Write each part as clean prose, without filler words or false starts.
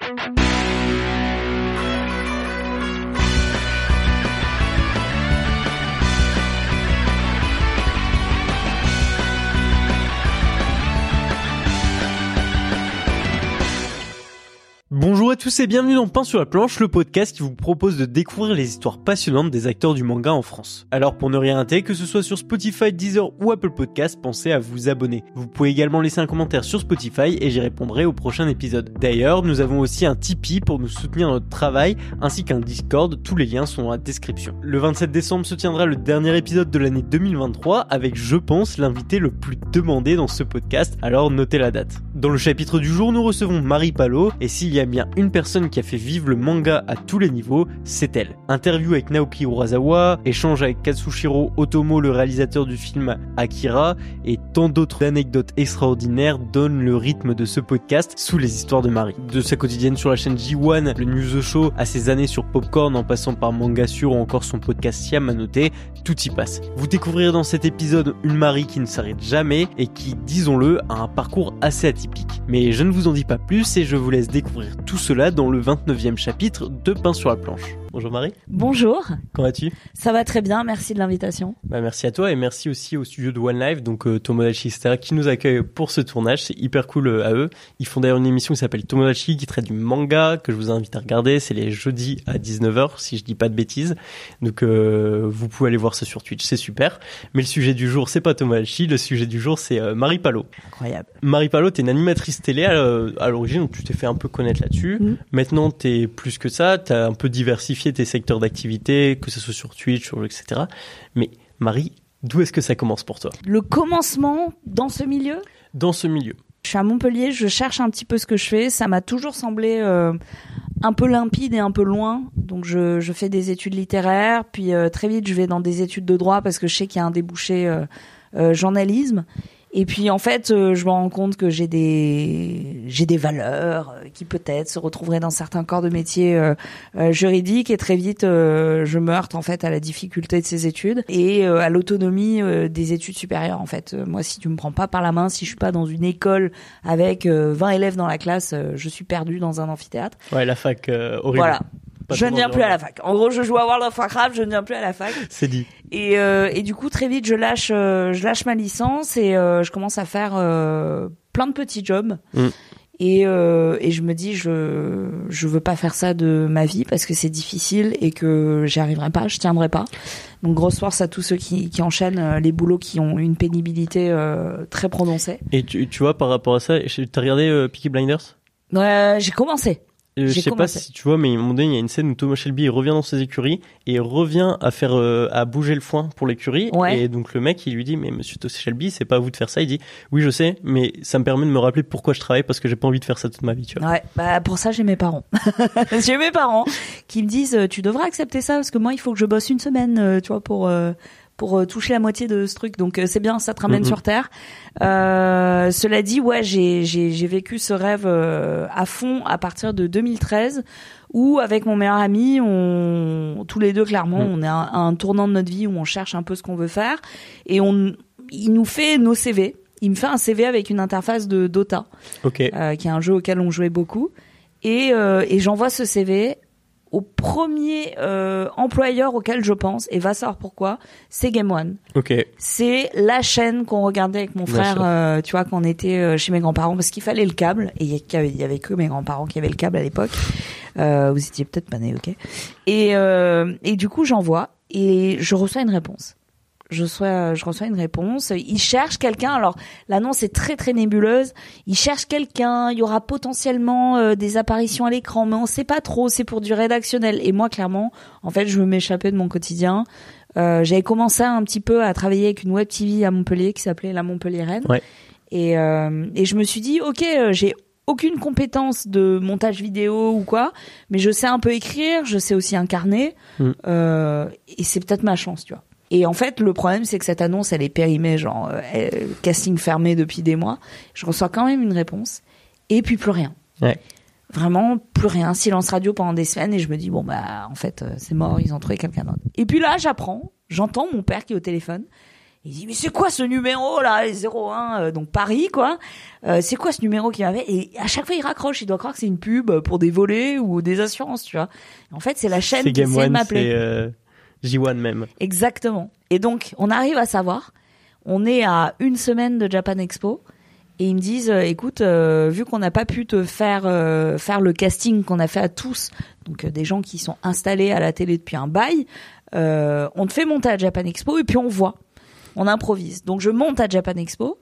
Bonjour à tous et bienvenue dans Pain sur la planche, le podcast qui vous propose de découvrir les histoires passionnantes des acteurs du manga en France. Alors pour ne rien rater, que ce soit sur Spotify, Deezer ou Apple Podcast, pensez à vous abonner. Vous pouvez également laisser un commentaire sur Spotify et j'y répondrai au prochain épisode. D'ailleurs, nous avons aussi un Tipeee pour nous soutenir dans notre travail, ainsi qu'un Discord, tous les liens sont dans la description. Le 27 décembre se tiendra le dernier épisode de l'année 2023 avec, je pense, l'invité le plus demandé dans ce podcast, alors notez la date. Dans le chapitre du jour, nous recevons Marie Palot, et s'il y a bien une personne qui a fait vivre le manga à tous les niveaux, c'est elle. Interview avec Naoki Urasawa, échange avec Katsushiro Otomo, le réalisateur du film Akira, et tant d'autres anecdotes extraordinaires donnent le rythme de ce podcast sous les histoires de Marie. De sa quotidienne sur la chaîne J1, le News Show, à ses années sur Popcorn en passant par Manga Sur ou encore son podcast Siam à noter, tout y passe. Vous découvrirez dans cet épisode une Marie qui ne s'arrête jamais et qui, disons-le, a un parcours assez atypique. Mais je ne vous en dis pas plus et je vous laisse découvrir tout cela dans le 29e chapitre de Pain sur la planche. Bonjour Marie. Bonjour. Comment vas-tu ? Ça va très bien, merci de l'invitation. Merci à toi et merci aussi au studio de One Life, donc Tomodachi, etc., qui nous accueille pour ce tournage. C'est hyper cool à eux. Ils font d'ailleurs une émission qui s'appelle Tomodachi, qui traite du manga, que je vous invite à regarder. C'est les jeudis à 19h, si je dis pas de bêtises. Donc vous pouvez aller voir ça sur Twitch, c'est super. Mais le sujet du jour, c'est pas Tomodachi, le sujet du jour, c'est Marie Palot. Incroyable. Marie Palot, t'es une animatrice télé à l'origine, donc tu t'es fait un peu connaître là-dessus. Maintenant, t'es plus que ça, t'as un peu diversifié tes secteurs d'activité, que ce soit sur Twitch, etc. Mais Marie, d'où est-ce que ça commence pour toi ? Le commencement dans ce milieu ? Dans ce milieu. Je suis à Montpellier, je cherche un petit peu ce que je fais. Ça m'a toujours semblé un peu limpide et un peu loin. Donc je fais des études littéraires, puis très vite je vais dans des études de droit parce que je sais qu'il y a un débouché journalisme. Et puis en fait, je me rends compte que j'ai des valeurs qui peut-être se retrouveraient dans certains corps de métier juridiques, et très vite je me heurte en fait à la difficulté de ces études et à l'autonomie des études supérieures en fait. Moi, si tu me prends pas par la main, si je suis pas dans une école avec 20 élèves dans la classe, je suis perdu dans un amphithéâtre. Ouais, la fac horrible. Voilà. Je ne viens plus à la fac. En gros, je joue à World of Warcraft, je ne viens plus à la fac. C'est dit. Et du coup, très vite, je lâche ma licence et je commence à faire plein de petits jobs. Et je me dis, je veux pas faire ça de ma vie parce que c'est difficile et que j'y arriverai pas, je tiendrai pas. Donc grosse force à tous ceux qui enchaînent les boulots qui ont une pénibilité très prononcée. Et tu vois, par rapport à ça, t'as regardé Peaky Blinders ? Ouais, j'ai commencé. Je sais pas si tu vois, mais à un moment donné, il y a une scène où Thomas Shelby il revient dans ses écuries et il revient à bouger le foin pour l'écurie. Ouais. Et donc le mec, il lui dit, mais monsieur Thomas Shelby, c'est pas à vous de faire ça. Il dit, oui, je sais, mais ça me permet de me rappeler pourquoi je travaille parce que j'ai pas envie de faire ça toute ma vie, tu vois. Ouais, bah pour ça j'ai mes parents. J'ai mes parents qui me disent, tu devrais accepter ça parce que moi il faut que je bosse une semaine, tu vois, pour toucher la moitié de ce truc. Donc c'est bien, ça te ramène sur terre. Cela dit, ouais, j'ai vécu ce rêve à fond à partir de 2013 où avec mon meilleur ami, tous les deux clairement, on est à un tournant de notre vie où on cherche un peu ce qu'on veut faire et il nous fait nos CV. Il me fait un CV avec une interface de Dota, qui est un jeu auquel on jouait beaucoup et j'envoie ce CV au premier employeur auquel je pense, et va savoir pourquoi, c'est Game One. C'est la chaîne qu'on regardait avec mon frère, tu vois, quand on était chez mes grands-parents, parce qu'il fallait le câble, et il y avait que mes grands-parents qui avaient le câble à l'époque. Vous étiez peut-être pas nés, ok. Et du coup, j'envoie, et je reçois une réponse. Je reçois une réponse. Ils cherchent quelqu'un. Alors, l'annonce est très, très nébuleuse. Ils cherchent quelqu'un. Il y aura potentiellement des apparitions à l'écran, mais on sait pas trop. C'est pour du rédactionnel. Et moi, clairement, en fait, je veux m'échapper de mon quotidien. J'avais commencé un petit peu à travailler avec une web TV à Montpellier qui s'appelait La Montpellieraine. Ouais. Et je me suis dit, ok, j'ai aucune compétence de montage vidéo ou quoi, mais je sais un peu écrire, je sais aussi incarner. Et c'est peut-être ma chance, tu vois. Et en fait, le problème, c'est que cette annonce, elle est périmée, genre casting fermé depuis des mois. Je reçois quand même une réponse, et puis plus rien. Ouais. Vraiment, plus rien. Silence radio pendant des semaines, et je me dis, bon, bah, en fait, c'est mort, ils ont trouvé quelqu'un d'autre. Et puis là, j'entends mon père qui est au téléphone, Il dit mais c'est quoi ce numéro là, les 01 donc Paris quoi. C'est quoi ce numéro qu'il m'avait, et à chaque fois il raccroche, il doit croire que c'est une pub pour des volets ou des assurances, tu vois. En fait, c'est la chaîne qui essaie de m'appeler. C'est J1 même. Exactement. Et donc on arrive à savoir, on est à une semaine de Japan Expo. Et ils me disent, écoute, vu qu'on n'a pas pu te faire le casting qu'on a fait à tous, donc des gens qui sont installés à la télé depuis un bail, on te fait monter à Japan Expo et puis on voit, on improvise. Donc je monte à Japan Expo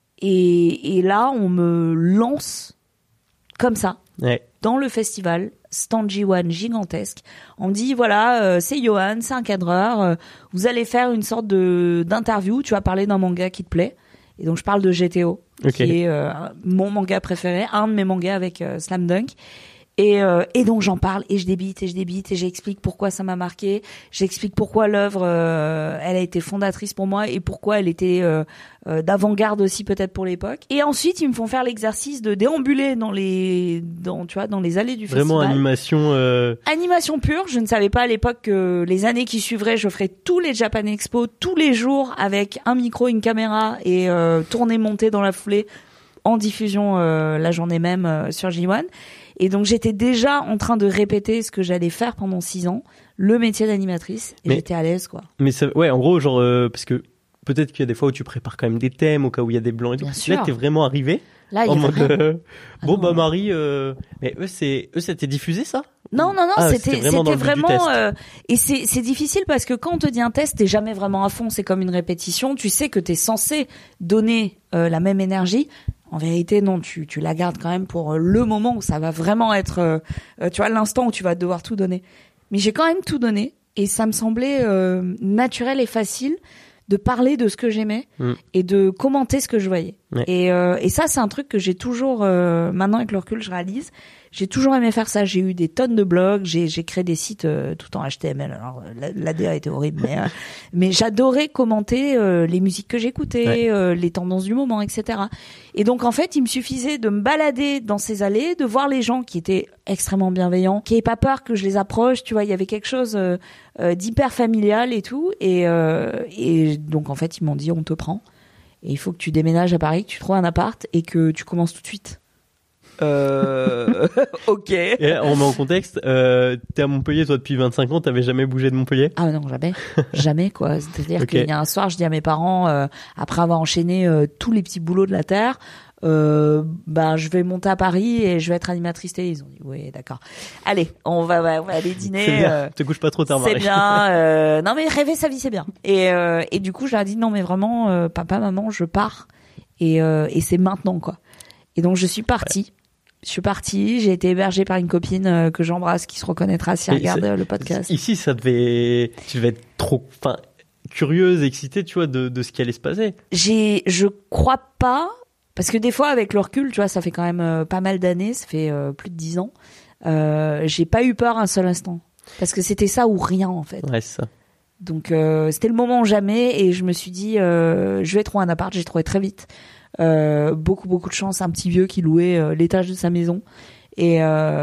et là on me lance comme ça dans le festival, stand J1 gigantesque. On me dit voilà, c'est Johan, c'est un cadreur, vous allez faire une sorte d'interview, tu vas parler d'un manga qui te plaît. Et donc je parle de GTO, qui est mon manga préféré, un de mes mangas avec Slam Dunk. Et donc j'en parle et je débite et j'explique pourquoi ça m'a marqué, j'explique pourquoi l'œuvre elle a été fondatrice pour moi et pourquoi elle était d'avant-garde aussi peut-être pour l'époque. Et ensuite ils me font faire l'exercice de déambuler dans les allées du festival. Vraiment animation pure. Je ne savais pas à l'époque que les années qui suivraient, je ferais tous les Japan Expo tous les jours avec un micro, une caméra et tourner monter dans la foulée en diffusion la journée même sur J1. Et donc j'étais déjà en train de répéter ce que j'allais faire pendant 6 ans, le métier d'animatrice, et j'étais à l'aise quoi. Mais ça, ouais, en gros genre parce que peut-être qu'il y a des fois où tu prépares quand même des thèmes au cas où il y a des blancs et tout. Là t'es vraiment arrivé. Là il y a mode Marie mais eux c'était diffusé ça? Non, c'était vraiment et c'est difficile parce que quand on te dit un test, t'es jamais vraiment à fond, c'est comme une répétition, tu sais que t'es censé donner la même énergie. En vérité, non, tu la gardes quand même pour le moment où ça va vraiment être, tu vois, l'instant où tu vas devoir tout donner. Mais j'ai quand même tout donné et ça me semblait naturel et facile de parler de ce que j'aimais et de commenter ce que je voyais. Ouais. Et ça, c'est un truc que j'ai toujours, maintenant avec le recul, je réalise. J'ai toujours aimé faire ça. J'ai eu des tonnes de blogs, j'ai créé des sites tout en HTML. Alors l'ADA était horrible, mais j'adorais commenter les musiques que j'écoutais, les tendances du moment, etc. Et donc en fait, il me suffisait de me balader dans ces allées, de voir les gens qui étaient extrêmement bienveillants, qui n'avaient pas peur que je les approche. Tu vois, il y avait quelque chose d'hyper familial et tout. Et donc en fait, ils m'ont dit on te prend. Et il faut que tu déménages à Paris, que tu trouves un appart et que tu commences tout de suite. Ok. Et là, on met en contexte, t'es à Montpellier, toi, depuis 25 ans, t'avais jamais bougé de Montpellier? Ah non, jamais. Jamais, quoi. C'est-à-dire qu'il y a un soir, je dis à mes parents, après avoir enchaîné tous les petits boulots de la Terre, je vais monter à Paris et je vais être animatrice télé. Ils ont dit, oui, d'accord. Allez, on va aller dîner. C'est bien. Te couche pas trop tard, Marie. C'est bien. Non, mais rêver sa vie, c'est bien. Et du coup, je leur ai dit, non, mais vraiment, papa, maman, je pars. Et c'est maintenant, quoi. Et donc, je suis partie. Ouais. Je suis partie, j'ai été hébergée par une copine que j'embrasse, qui se reconnaîtra si elle regarde le podcast. Ici, tu devais être trop, curieuse, excitée, tu vois, de ce qui allait se passer. Je crois pas, parce que des fois, avec le recul, tu vois, ça fait quand même pas mal d'années, ça fait plus de 10 ans, j'ai pas eu peur un seul instant. Parce que c'était ça ou rien, en fait. Ouais, c'est ça. Donc, c'était le moment jamais, et je me suis dit, je vais trouver un appart, j'ai trouvé très vite. Beaucoup de chance, un petit vieux qui louait l'étage de sa maison et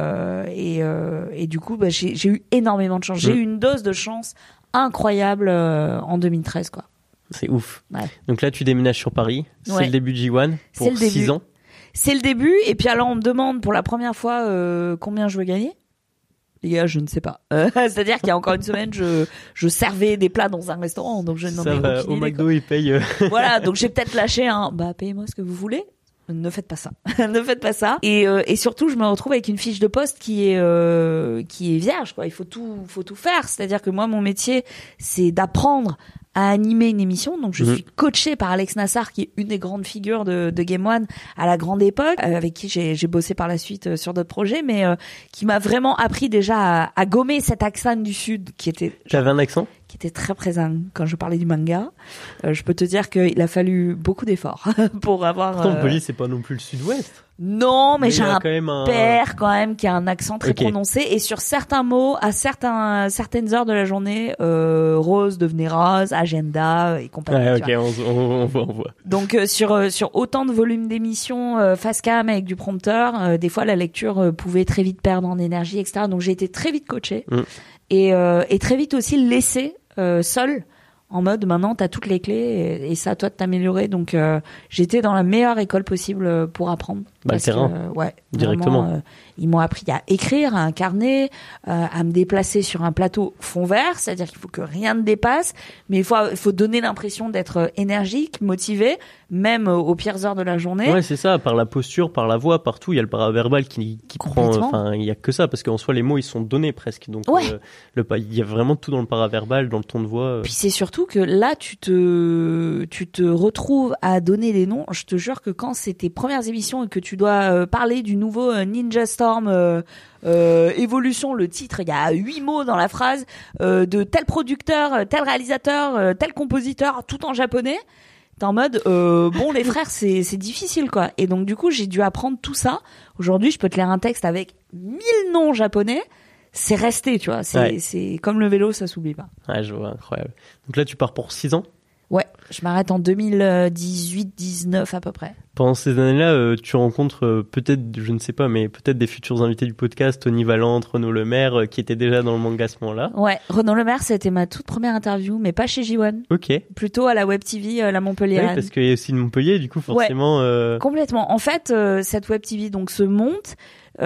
du coup j'ai eu énormément de chance. J'ai eu une dose de chance incroyable en 2013 quoi. C'est ouf. Ouais. Donc là tu déménages sur Paris, c'est le début de J1 pour 6 ans. C'est le début et puis alors on me demande pour la première fois combien je veux gagner. Les gars, je ne sais pas. C'est-à-dire qu'il y a encore une semaine, je servais des plats dans un restaurant, donc je n'en ai aucune idée. Au McDo, ils payent. Voilà, donc j'ai peut-être lâché payez-moi ce que vous voulez. Ne faites pas ça. Ne faites pas ça. Et surtout, je me retrouve avec une fiche de poste qui est vierge, quoi. Il faut tout faire. C'est-à-dire que moi, mon métier, c'est d'apprendre à animer une émission. Donc, je suis coachée par Alex Nassar, qui est une des grandes figures de Game One à la grande époque, avec qui j'ai bossé par la suite sur d'autres projets, mais qui m'a vraiment appris déjà à gommer cet accent du Sud qui était... T'avais un accent ? Qui était très présent quand je parlais du manga. Je peux te dire qu'il a fallu beaucoup d'efforts pour avoir... Pourtant, Montpellier, c'est pas non plus le Sud-Ouest. Non, mais j'ai un père quand même qui a un accent très prononcé et sur certains mots, à certaines heures de la journée, rose devenait rose, agenda et compagnie. Ouais, ok, on voit. Donc sur autant de volumes d'émissions face cam avec du prompteur, des fois la lecture pouvait très vite perdre en énergie, etc. Donc j'ai été très vite coachée et très vite aussi laissée seule en mode maintenant t'as toutes les clés et c'est à toi de t'améliorer. Donc j'étais dans la meilleure école possible pour apprendre. Le terrain. Ouais, directement. Vraiment, ils m'ont appris à écrire, à incarner, à me déplacer sur un plateau fond vert, c'est-à-dire qu'il faut que rien ne dépasse, mais il faut donner l'impression d'être énergique, motivé, même aux pires heures de la journée. Ouais, c'est ça, par la posture, par la voix, partout, il y a le paraverbal qui prend, enfin, il y a que ça, parce qu'en soi, les mots, ils sont donnés presque. Donc, il y a vraiment tout dans le paraverbal, dans le ton de voix. Puis c'est surtout que là, tu te retrouves à donner des noms. Je te jure que quand c'est tes premières émissions et que tu dois parler du nouveau Ninja Storm Evolution, le titre, il y a 8 mots dans la phrase, de tel producteur, tel réalisateur, tel compositeur, tout en japonais. T'es en mode, bon, les frères, c'est difficile, quoi. Et donc, du coup, j'ai dû apprendre tout ça. Aujourd'hui, je peux te lire un texte avec 1000 noms japonais. C'est resté, tu vois. C'est comme le vélo, ça s'oublie pas. Ouais, je vois, incroyable. Donc là, tu pars pour 6 ans? Ouais, je m'arrête en 2018-19 à peu près. Pendant ces années-là, tu rencontres peut-être, je ne sais pas, mais peut-être des futurs invités du podcast, Tony Valente, Renaud Lemaire, qui étaient déjà dans le manga à ce moment-là. Ouais, Renaud Lemaire, c'était ma toute première interview, mais pas chez J1. Ok. Plutôt à la Web TV, la Montpellier. Oui, parce qu'il y a aussi de Montpellier, du coup, forcément. Ouais, complètement. En fait, cette Web TV donc se monte.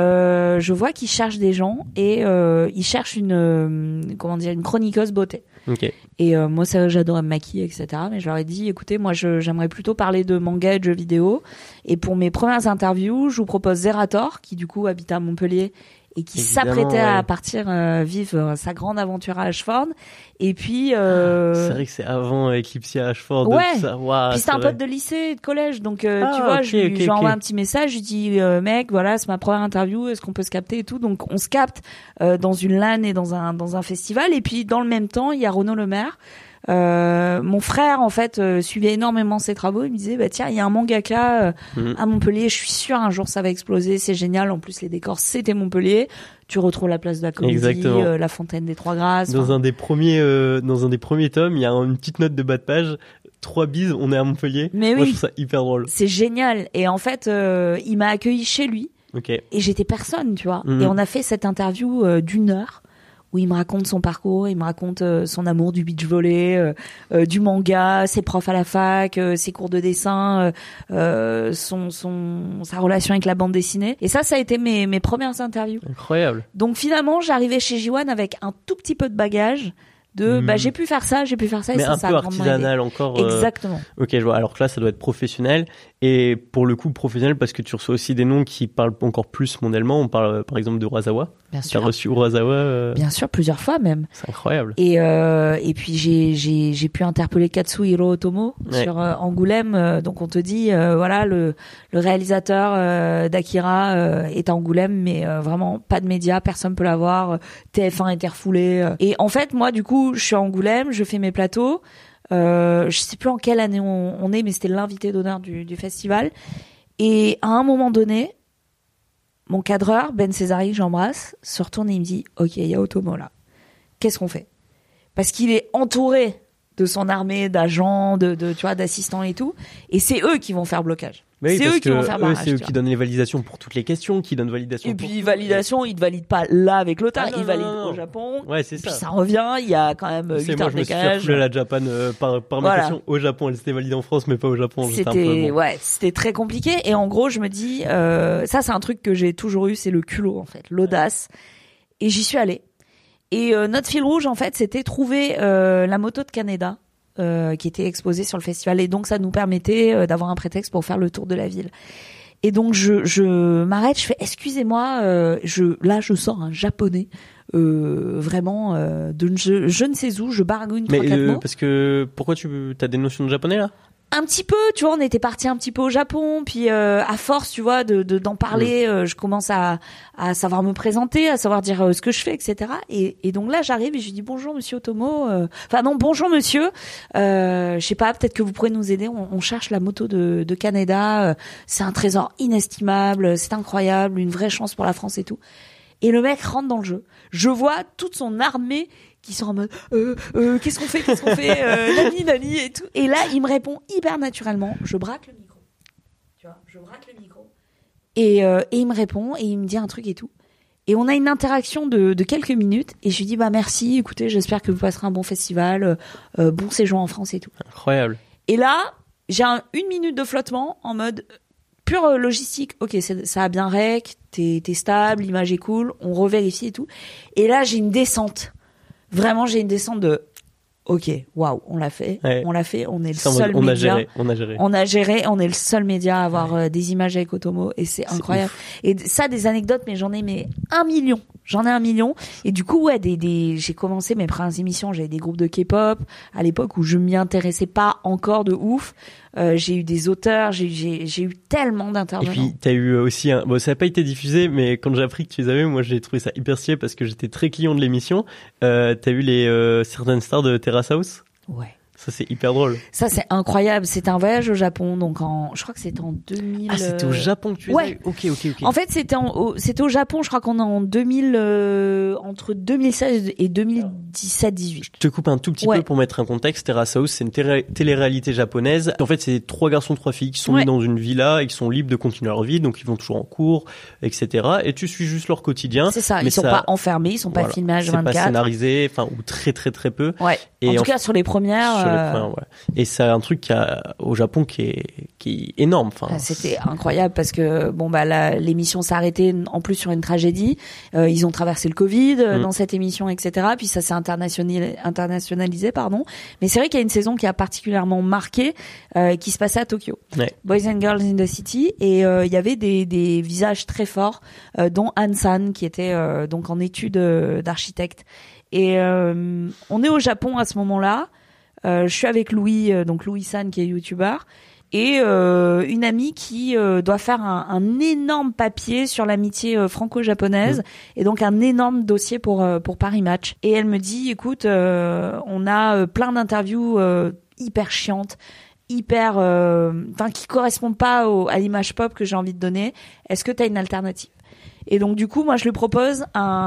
Je vois qu'ils cherchent des gens et ils cherchent une chroniqueuse beauté. Okay. Et moi, ça, j'adorais me maquiller, etc. Mais je leur ai dit, écoutez, moi, j'aimerais plutôt parler de manga et de jeux vidéo. Et pour mes premières interviews, je vous propose Zerator, qui du coup habite à Montpellier et qui s'apprêtait à partir vivre sa grande aventure à Ashford. Et puis c'est vrai que c'est avant Eclipse à Ashford. Ouais. Tout ça. Wow, puis c'est un pote de lycée et de collège, donc tu vois, je lui envoie un petit message, je lui dis mec, voilà, c'est ma première interview, est-ce qu'on peut se capter et tout. Donc on se capte dans une LAN et dans un festival. Et puis dans le même temps, il y a Renaud Lemaire. Mon frère en fait suivait énormément ses travaux. Il me disait bah tiens, il y a un mangaka à Montpellier, je suis sûr un jour ça va exploser, c'est génial. En plus les décors c'était Montpellier. Tu retrouves la place de la Comédie, la fontaine des Trois Grâces. Dans un des premiers tomes, il y a une petite note de bas de page. 3 bises, on est à Montpellier. Mais moi oui, je trouve ça hyper drôle. C'est génial. Et en fait, il m'a accueilli chez lui. Okay. Et j'étais personne, tu vois. Et on a fait cette interview d'1 heure où il me raconte son parcours, il me raconte son amour du beach volley, du manga, ses profs à la fac, ses cours de dessin, sa relation avec la bande dessinée. Et ça a été mes premières interviews. Incroyable. Donc finalement, j'arrivais chez J1 avec un tout petit peu de bagage. J'ai pu faire ça, mais et ça, un peu artisanal encore. Exactement. Ok, je vois. Alors que là, ça doit être professionnel. Et pour le coup, professionnel parce que tu reçois aussi des noms qui parlent encore plus mondialement. On parle par exemple de Urasawa. Bien sûr. Tu as reçu Urasawa. Bien sûr, plusieurs fois même. C'est incroyable. Et puis j'ai pu interpeller Katsuhiro Otomo sur Angoulême. Donc on te dit voilà le réalisateur d'Akira est à Angoulême, mais vraiment pas de médias, personne peut l'avoir. TF1 était refoulé. Et en fait moi du coup je suis à Angoulême, je fais mes plateaux. Je sais plus en quelle année on est, mais c'était l'invité d'honneur du festival. Et à un moment donné, mon cadreur, Ben Césari, que j'embrasse, se retourne et il me dit « Ok, il y a Otomo là. Qu'est-ce qu'on fait ?» Parce qu'il est entouré de son armée d'agents, tu vois, d'assistants et tout. Et c'est eux qui vont faire blocage. Oui, c'est eux qui vont faire barrage. C'est eux qui donnent les validations pour toutes les questions, qui donnent validation. Et puis validation, ils te valident pas là avec l'OTA, ils valident au Japon. Ouais, c'est ça. Puis ça revient, il y a quand même 8 heures de décalage. Moi, je me suis fait refouler la Japan par mes questions au Japon. Elles étaient validées en France, mais pas au Japon. C'était très compliqué. Et en gros, je me dis, ça c'est un truc que j'ai toujours eu, c'est le culot en fait, l'audace. Et j'y suis allée. Et notre fil rouge en fait, c'était trouver la moto de Kaneda. Qui était exposée sur le festival, et donc ça nous permettait d'avoir un prétexte pour faire le tour de la ville. Et donc je m'arrête, je fais excusez-moi, je sors un japonais vraiment de je ne sais où, je baragouine 3-4 mots. Parce que pourquoi t'as des notions de japonais là? Un petit peu, tu vois, on était parti un petit peu au Japon, puis à force, tu vois, d'en parler, je commence à savoir me présenter, à savoir dire ce que je fais, etc. Et donc là, j'arrive et je lui dis bonjour Monsieur Otomo. Enfin non, bonjour Monsieur. Je sais pas, peut-être que vous pourrez nous aider. On cherche la moto de Kaneda. C'est un trésor inestimable, c'est incroyable, une vraie chance pour la France et tout. Et le mec rentre dans le jeu. Je vois toute son armée qui sont en mode qu'est-ce qu'on fait nani et tout. Et là il me répond hyper naturellement, je braque le micro, tu vois, et il me répond et il me dit un truc et tout, Et on a une interaction de quelques minutes et je lui dis bah merci, écoutez, j'espère que vous passerez un bon festival, bon séjour en France et tout. Incroyable. Et là, j'ai une minute de flottement en mode pure logistique. Ok, ça a bien rec, t'es stable, l'image est cool, on revérifie et tout. Et là, j'ai une descente. Vraiment, j'ai une descente de ok, waouh, on l'a fait, on est le seul média. On a géré, on est le seul média à avoir des images avec Otomo et c'est incroyable. Ouf. Et ça, des anecdotes, mais j'en ai 1 million. J'en ai 1 million. Et du coup, ouais, j'ai commencé mes premières émissions, j'avais des groupes de K-pop à l'époque où je m'y intéressais pas encore de ouf. J'ai eu des auteurs, j'ai eu tellement d'intervenants. Et puis t'as eu aussi bon, ça n'a pas été diffusé, mais quand j'ai appris que tu les avais, moi j'ai trouvé ça hyper stylé parce que j'étais très client de l'émission. T'as eu les certaines stars de Terrace House. Ouais. Ça, c'est hyper drôle. Ça, c'est incroyable. C'était un voyage au Japon, donc je crois que c'était en 2000. Ah, c'était au Japon que tu ouais. Ok. En fait, c'était au Japon, je crois qu'on est en 2000, entre 2016 et 2017-18. Je te coupe un tout petit peu pour mettre un contexte. Terrace House, c'est une télé-réalité japonaise. En fait, c'est 3 garçons, 3 filles qui sont mis dans une villa et qui sont libres de continuer leur vie, donc ils vont toujours en cours, etc. Et tu suis juste leur quotidien. C'est ça. Ils sont pas enfermés, ils sont pas filmés à 24. C'est pas scénarisé, ou très peu. Ouais. Et en tout cas, sur les premières. Et c'est un truc au Japon qui est énorme. C'était incroyable parce que l'émission s'est arrêtée en plus sur une tragédie. Ils ont traversé le Covid dans cette émission, etc. Puis ça s'est internationalisé, pardon. Mais c'est vrai qu'il y a une saison qui a particulièrement marqué, qui se passait à Tokyo. Ouais. Boys and Girls in the City, et il y avait des visages très forts, dont Han-san qui était donc en études d'architecte. Et on est au Japon à ce moment-là. Je suis avec Louis, donc Louis-san qui est youtubeur, et une amie qui doit faire un énorme papier sur l'amitié franco-japonaise, et donc un énorme dossier pour Paris Match. Et elle me dit, écoute, on a plein d'interviews hyper chiantes, hyper, qui correspondent pas à l'image pop que j'ai envie de donner. Est-ce que t'as une alternative? Et donc du coup, moi je lui propose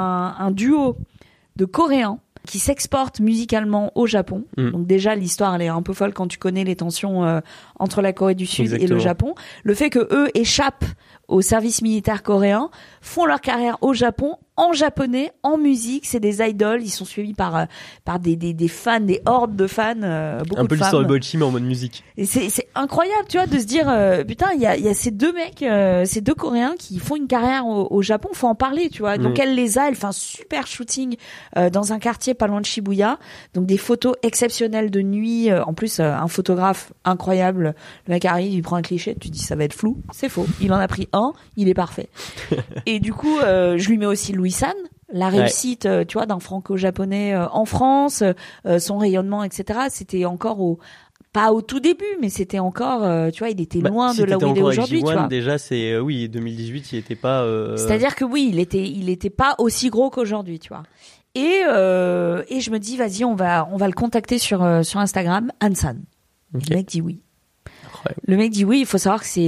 un duo de Coréens qui s'exporte musicalement au Japon. Donc déjà, l'histoire, elle est un peu folle quand tu connais les tensions entre la Corée du Sud et le Japon. Le fait que eux échappent au service militaire coréen, font leur carrière au Japon, en japonais, en musique, c'est des idoles, ils sont suivis par des fans, des hordes de fans, beaucoup de femmes. Un peu l'histoire de Boichi, mais en mode musique. Et c'est incroyable, tu vois, de se dire, putain, il y a ces deux mecs, ces deux Coréens qui font une carrière au Japon, faut en parler, tu vois. Donc elle fait un super shooting dans un quartier pas loin de Shibuya, donc des photos exceptionnelles de nuit, en plus un photographe incroyable, le mec arrive, il prend un cliché, tu dis ça va être flou, c'est faux, il en a pris un, il est parfait. Et du coup, je lui mets aussi Louis-san, la réussite, tu vois, d'un franco-japonais en France, son rayonnement, etc. C'était encore pas au tout début, mais c'était encore, tu vois, il était loin de là où il est aujourd'hui, tu vois. Déjà, c'est 2018, il était pas. C'est-à-dire que oui, il était pas aussi gros qu'aujourd'hui, tu vois. Et je me dis, vas-y, on va le contacter sur Instagram, Han-san. Okay. Le mec dit oui. Le mec dit oui, il faut savoir que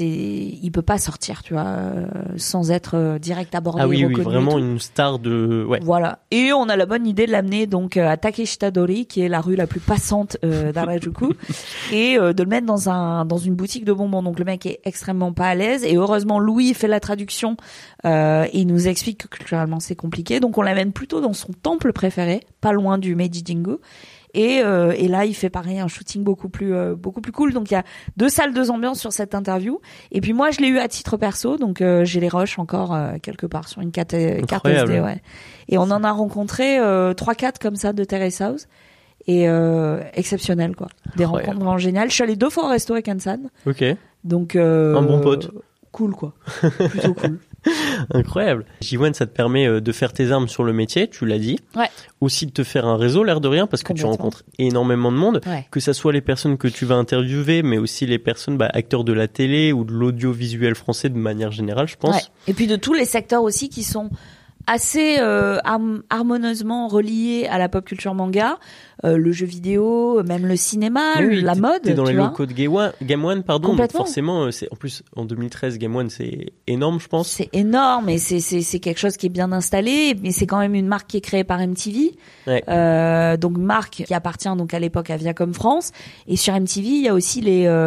il peut pas sortir, tu vois, sans être direct abordé. Ah oui, vraiment une star de. Ouais. Voilà. Et on a la bonne idée de l'amener donc à Takeshita-dori, qui est la rue la plus passante d'Harajuku, et de le mettre dans une boutique de bonbons. Donc le mec est extrêmement pas à l'aise, et heureusement Louis fait la traduction et il nous explique que culturellement c'est compliqué. Donc on l'amène plutôt dans son temple préféré, pas loin du Meiji Jingu. Et là, il fait pareil, un shooting beaucoup plus cool. Donc il y a 2 salles, 2 ambiances sur cette interview. Et puis moi, je l'ai eu à titre perso, donc j'ai les rushs encore quelque part sur une carte SD, ouais. Et on en a rencontré 3-4 comme ça de Terrace House. Et exceptionnel, quoi. Des rencontres vraiment géniales. Je suis allée 2 fois au resto avec Han-san. Ok. Donc un bon pote. Cool, quoi. Plutôt cool. Incroyable. J1, ça te permet de faire tes armes sur le métier, tu l'as dit. Ouais. Aussi de te faire un réseau, l'air de rien, parce que tu rencontres énormément de monde. Ouais. Que ça soit les personnes que tu vas interviewer, mais aussi les personnes, acteurs de la télé ou de l'audiovisuel français de manière générale, je pense. Ouais. Et puis de tous les secteurs aussi qui sont assez harmonieusement relié à la pop culture manga, le jeu vidéo, même le cinéma, la mode. T'es dans les vois. locaux de Game One, pardon. Donc Complètement. forcément, c'est en plus en 2013, Game One, c'est énorme, je pense. C'est énorme et c'est quelque chose qui est bien installé, mais c'est quand même une marque qui est créée par MTV. Ouais. Donc marque qui appartient donc à l'époque à Viacom France. Et sur MTV, il y a aussi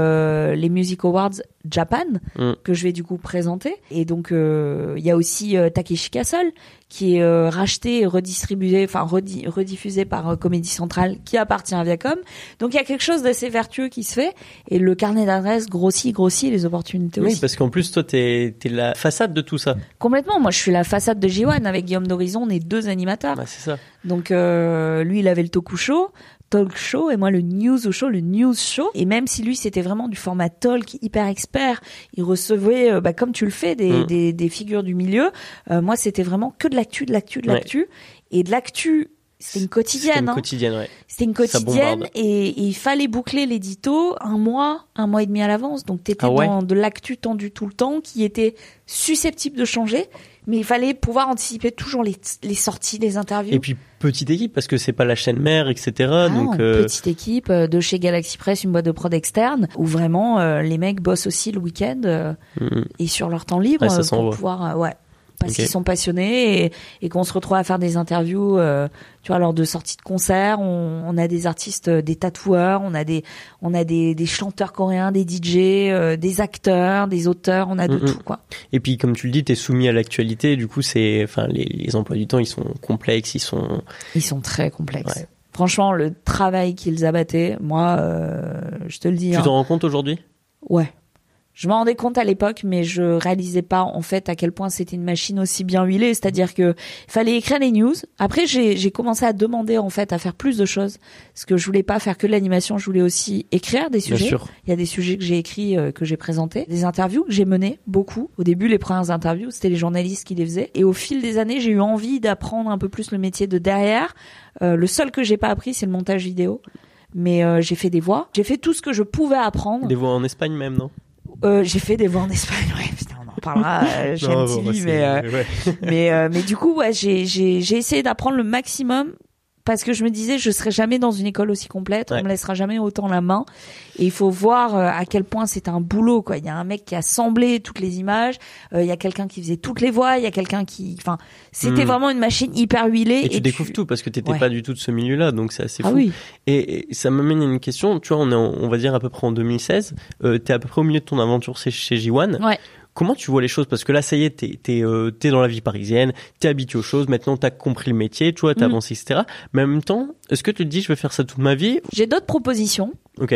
les Music Awards Japan que je vais du coup présenter. Et donc il y a aussi Takeshi Castle qui est racheté et redistribué, enfin rediffusé par Comédie Centrale qui appartient à Viacom. Donc il y a quelque chose d'assez vertueux qui se fait et le carnet d'adresses grossit les opportunités aussi. Oui, parce qu'en plus toi t'es la façade de tout ça. Complètement. Moi je suis la façade de J1 avec Guillaume d'Horizon, on est 2 animateurs. Bah, c'est ça. Donc lui il avait le talk show et moi le news show. Et même si lui c'était vraiment du format talk hyper expert, il recevait comme tu le fais des figures du milieu. Moi c'était vraiment que de l'actu et de l'actu. C'était une quotidienne. C'était une quotidienne et il fallait boucler l'édito un mois et demi à l'avance. Donc t'étais dans de l'actu tendu tout le temps qui était susceptible de changer. Mais il fallait pouvoir anticiper toujours les sorties, les interviews. Et puis petite équipe parce que c'est pas la chaîne mère, etc. Donc petite équipe de chez Galaxy Press, une boîte de prod externe où vraiment les mecs bossent aussi le week-end et sur leur temps libre pour pouvoir parce qu'ils sont passionnés et qu'on se retrouve à faire des interviews tu vois lors de sorties de concerts. On a des artistes, des tatoueurs, on a des chanteurs coréens, des DJ, des acteurs, des auteurs, on a de tout quoi. Et puis comme tu le dis, t'es soumis à l'actualité, du coup c'est les emplois du temps, ils sont complexes, ils sont très complexes. Ouais. Franchement, le travail qu'ils abattaient, moi je te le dis. Tu t'en rends compte aujourd'hui ? Ouais. Je m'en rendais compte à l'époque, mais je réalisais pas en fait à quel point c'était une machine aussi bien huilée. C'est-à-dire que fallait écrire les news. Après, j'ai commencé à demander en fait à faire plus de choses, parce que je voulais pas faire que de l'animation. Je voulais aussi écrire des sujets. Bien sûr. Il y a des sujets que j'ai écrits, que j'ai présentés, des interviews que j'ai menées beaucoup. Au début, les premières interviews, c'était les journalistes qui les faisaient. Et au fil des années, j'ai eu envie d'apprendre un peu plus le métier de derrière. Le seul que j'ai pas appris, c'est le montage vidéo. Mais j'ai fait des voix. J'ai fait tout ce que je pouvais apprendre. Des voix en Espagne même, non ? J'ai fait des voix en Espagne, putain, on en parlera, j'aime TV, mais du coup, j'ai essayé d'apprendre le maximum parce que je me disais, je serai jamais dans une école aussi complète, on me laissera jamais autant la main, et il faut voir à quel point c'est un boulot, quoi. Il y a un mec qui a assemblé toutes les images, il y a quelqu'un qui faisait toutes les voix, il y a quelqu'un c'était vraiment une machine hyper huilée. Et tu découvres tout parce que t'étais pas du tout de ce milieu-là, donc c'est assez fou. Oui. Et ça m'amène à une question. Tu vois, on va dire à peu près en 2016. T'es à peu près au milieu de ton aventure chez J1. Ouais. Comment tu vois les choses ? Parce que là, ça y est, t'es dans la vie parisienne, t'es habitué aux choses, maintenant t'as compris le métier, tu vois, t'as avancé, etc. Mais en même temps, est-ce que tu te dis, je vais faire ça toute ma vie ? J'ai d'autres propositions. Ok.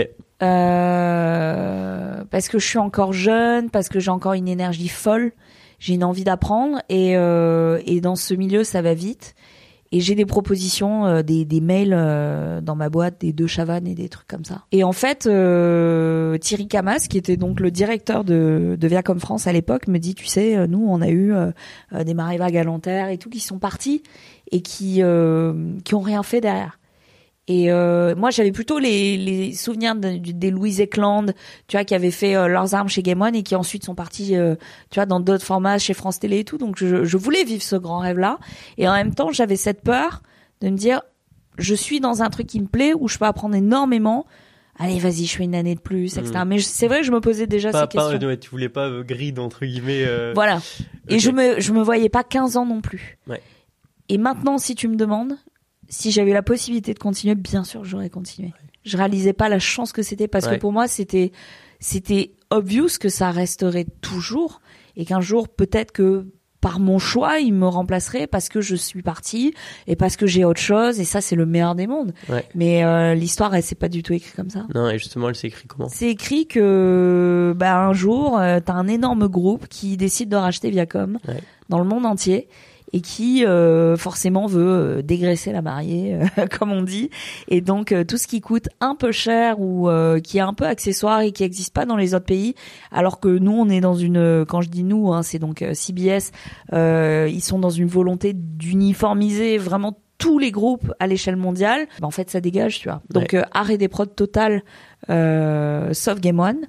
Parce que je suis encore jeune, parce que j'ai encore une énergie folle, j'ai une envie d'apprendre et dans ce milieu, ça va vite. Et j'ai des propositions, des mails dans ma boîte, des 2 Chavannes et des trucs comme ça. Et en fait, Thierry Camas, qui était donc le directeur de Viacom France à l'époque, me dit, tu sais, nous, on a eu des Maréva Galantaire et tout qui sont partis et qui ont rien fait derrière. Et moi, j'avais plutôt les souvenirs des Louise Ekland, tu vois, qui avaient fait leurs armes chez Game One et qui ensuite sont partis, tu vois, dans d'autres formats chez France Télé et tout. Donc, je voulais vivre ce grand rêve-là. Et en même temps, j'avais cette peur de me dire, je suis dans un truc qui me plaît, où je peux apprendre énormément. Allez, vas-y, je fais une année de plus, etc. Mais c'est vrai que je me posais déjà ces questions. Tu voulais pas grid, entre guillemets. Voilà. Okay. Et je me voyais pas 15 ans non plus. Ouais. Et maintenant, si tu me demandes, si j'avais la possibilité de continuer, bien sûr, j'aurais continué. Je réalisais pas la chance que c'était parce que pour moi, c'était obvious que ça resterait toujours et qu'un jour, peut-être que par mon choix, il me remplacerait parce que je suis partie et parce que j'ai autre chose et ça, c'est le meilleur des mondes. Ouais. Mais l'histoire, elle s'est pas du tout écrite comme ça. Non, et justement, elle s'est écrite comment ? C'est écrit que un jour, t'as un énorme groupe qui décide de racheter Viacom dans le monde entier. Et qui forcément veut dégraisser la mariée, comme on dit. Et donc tout ce qui coûte un peu cher ou qui est un peu accessoire et qui n'existe pas dans les autres pays, alors que nous on est dans une, quand je dis nous, hein, c'est donc CBS, ils sont dans une volonté d'uniformiser vraiment tous les groupes à l'échelle mondiale. En fait ça dégage, tu vois. Donc arrêt des prods total, sauf Game One.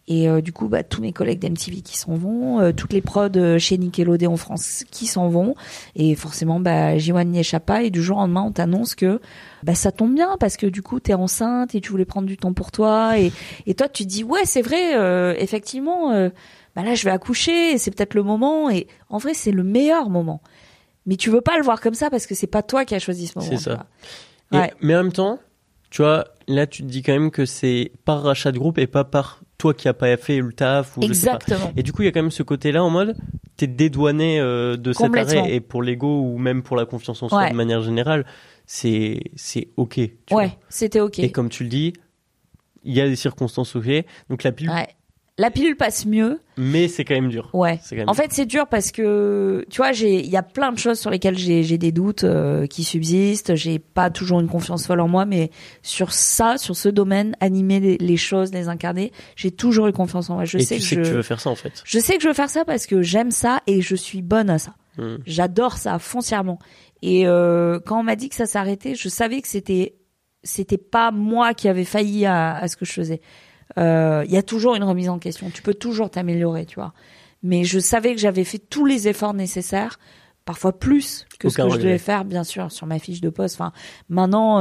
Et du coup, tous mes collègues d'MTV qui s'en vont, toutes les prods chez Nickelodeon France qui s'en vont, et forcément, J1 n'y échappe pas. Et du jour au lendemain, on t'annonce que ça tombe bien parce que du coup, t'es enceinte et tu voulais prendre du temps pour toi. Et toi, tu te dis ouais, c'est vrai, effectivement. Là, je vais accoucher, et c'est peut-être le moment. Et en vrai, c'est le meilleur moment. Mais tu veux pas le voir comme ça parce que c'est pas toi qui as choisi ce moment. C'est ça. Ouais. Mais en même temps, tu vois, là, tu te dis quand même que c'est par rachat de groupe et pas par toi qui a pas fait le taf ou exactement. Je sais pas. Et du coup, il y a quand même ce côté-là en mode, t'es dédouané de cet arrêt, et pour l'ego ou même pour la confiance en soi de manière générale, c'est ok. Tu vois. C'était ok. Et comme tu le dis, il y a des circonstances ok. Donc la pilule passe mieux. Mais c'est quand même dur. Ouais. En fait, c'est dur parce que, tu vois, il y a plein de choses sur lesquelles j'ai des doutes qui subsistent. J'ai pas toujours une confiance folle en moi, mais sur ce domaine, animer les choses, les incarner, j'ai toujours eu confiance en moi. Tu sais que tu veux faire ça, en fait. Je sais que je veux faire ça parce que j'aime ça et je suis bonne à ça. J'adore ça foncièrement. Et quand on m'a dit que ça s'arrêtait, je savais que c'était pas moi qui avait failli à ce que je faisais. Y a toujours une remise en question. Tu peux toujours t'améliorer, tu vois. Mais je savais que j'avais fait tous les efforts nécessaires, parfois plus que ce que je devais faire, bien sûr, sur ma fiche de poste. Enfin, maintenant,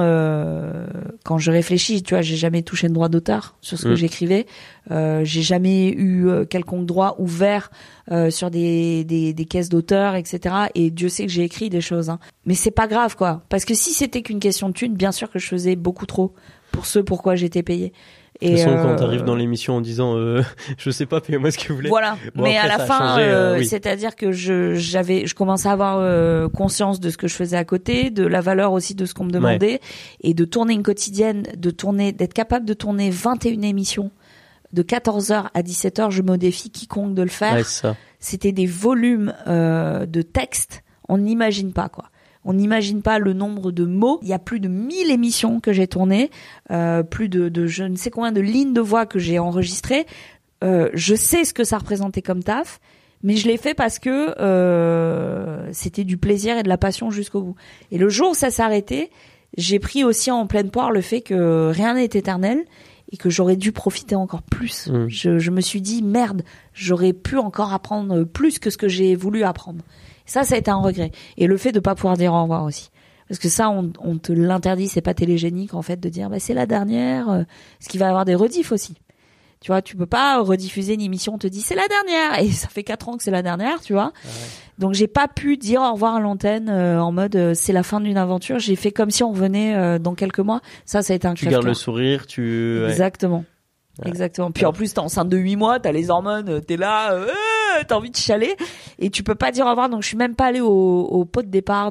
quand je réfléchis, tu vois, j'ai jamais touché de droit d'auteur sur ce que j'écrivais. J'ai jamais eu quelconque droit ouvert sur des caisses d'auteur, etc. Et Dieu sait que j'ai écrit des choses, hein. Mais c'est pas grave, quoi. Parce que si c'était qu'une question de thunes, bien sûr que je faisais beaucoup trop pour ce pourquoi j'étais payée. De toute façon, quand t'arrives dans l'émission en disant je sais pas, payez-moi ce que vous voulez. Voilà. Bon, mais après, à la fin, oui. c'est-à-dire que je commençais à avoir conscience de ce que je faisais à côté, de la valeur aussi de ce qu'on me demandait, et de tourner une quotidienne, d'être capable de tourner 21 émissions de 14h à 17h. Je me défie quiconque de le faire. Ouais, c'est ça. C'était des volumes de textes, on n'imagine pas, quoi. On n'imagine pas le nombre de mots. Il y a plus de 1000 émissions que j'ai tournées, plus de je ne sais combien de lignes de voix que j'ai enregistrées. Je sais ce que ça représentait comme taf, mais je l'ai fait parce que c'était du plaisir et de la passion jusqu'au bout. Et le jour où ça s'est arrêté, j'ai pris aussi en pleine poire le fait que rien n'est éternel et que j'aurais dû profiter encore plus. Je me suis dit, merde, j'aurais pu encore apprendre plus que ce que j'ai voulu apprendre. Ça a été un regret. Et le fait de pas pouvoir dire au revoir aussi. Parce que ça, on te l'interdit, c'est pas télégénique, en fait, de dire, c'est la dernière, parce qu'il va y avoir des rediffs aussi. Tu vois, tu peux pas rediffuser une émission, on te dit, c'est la dernière, et ça fait 4 ans que c'est la dernière, tu vois. Ah ouais. Donc, j'ai pas pu dire au revoir à l'antenne, en mode, c'est la fin d'une aventure. J'ai fait comme si on revenait, dans quelques mois. Ça a été un crève-cœur. Tu gardes le sourire, Exactement. Ouais. Exactement. Puis en plus, t'es enceinte de 8 mois, t'as les hormones, t'es là, t'as envie de chialer, et tu peux pas dire au revoir. Donc je suis même pas allée au pot de départ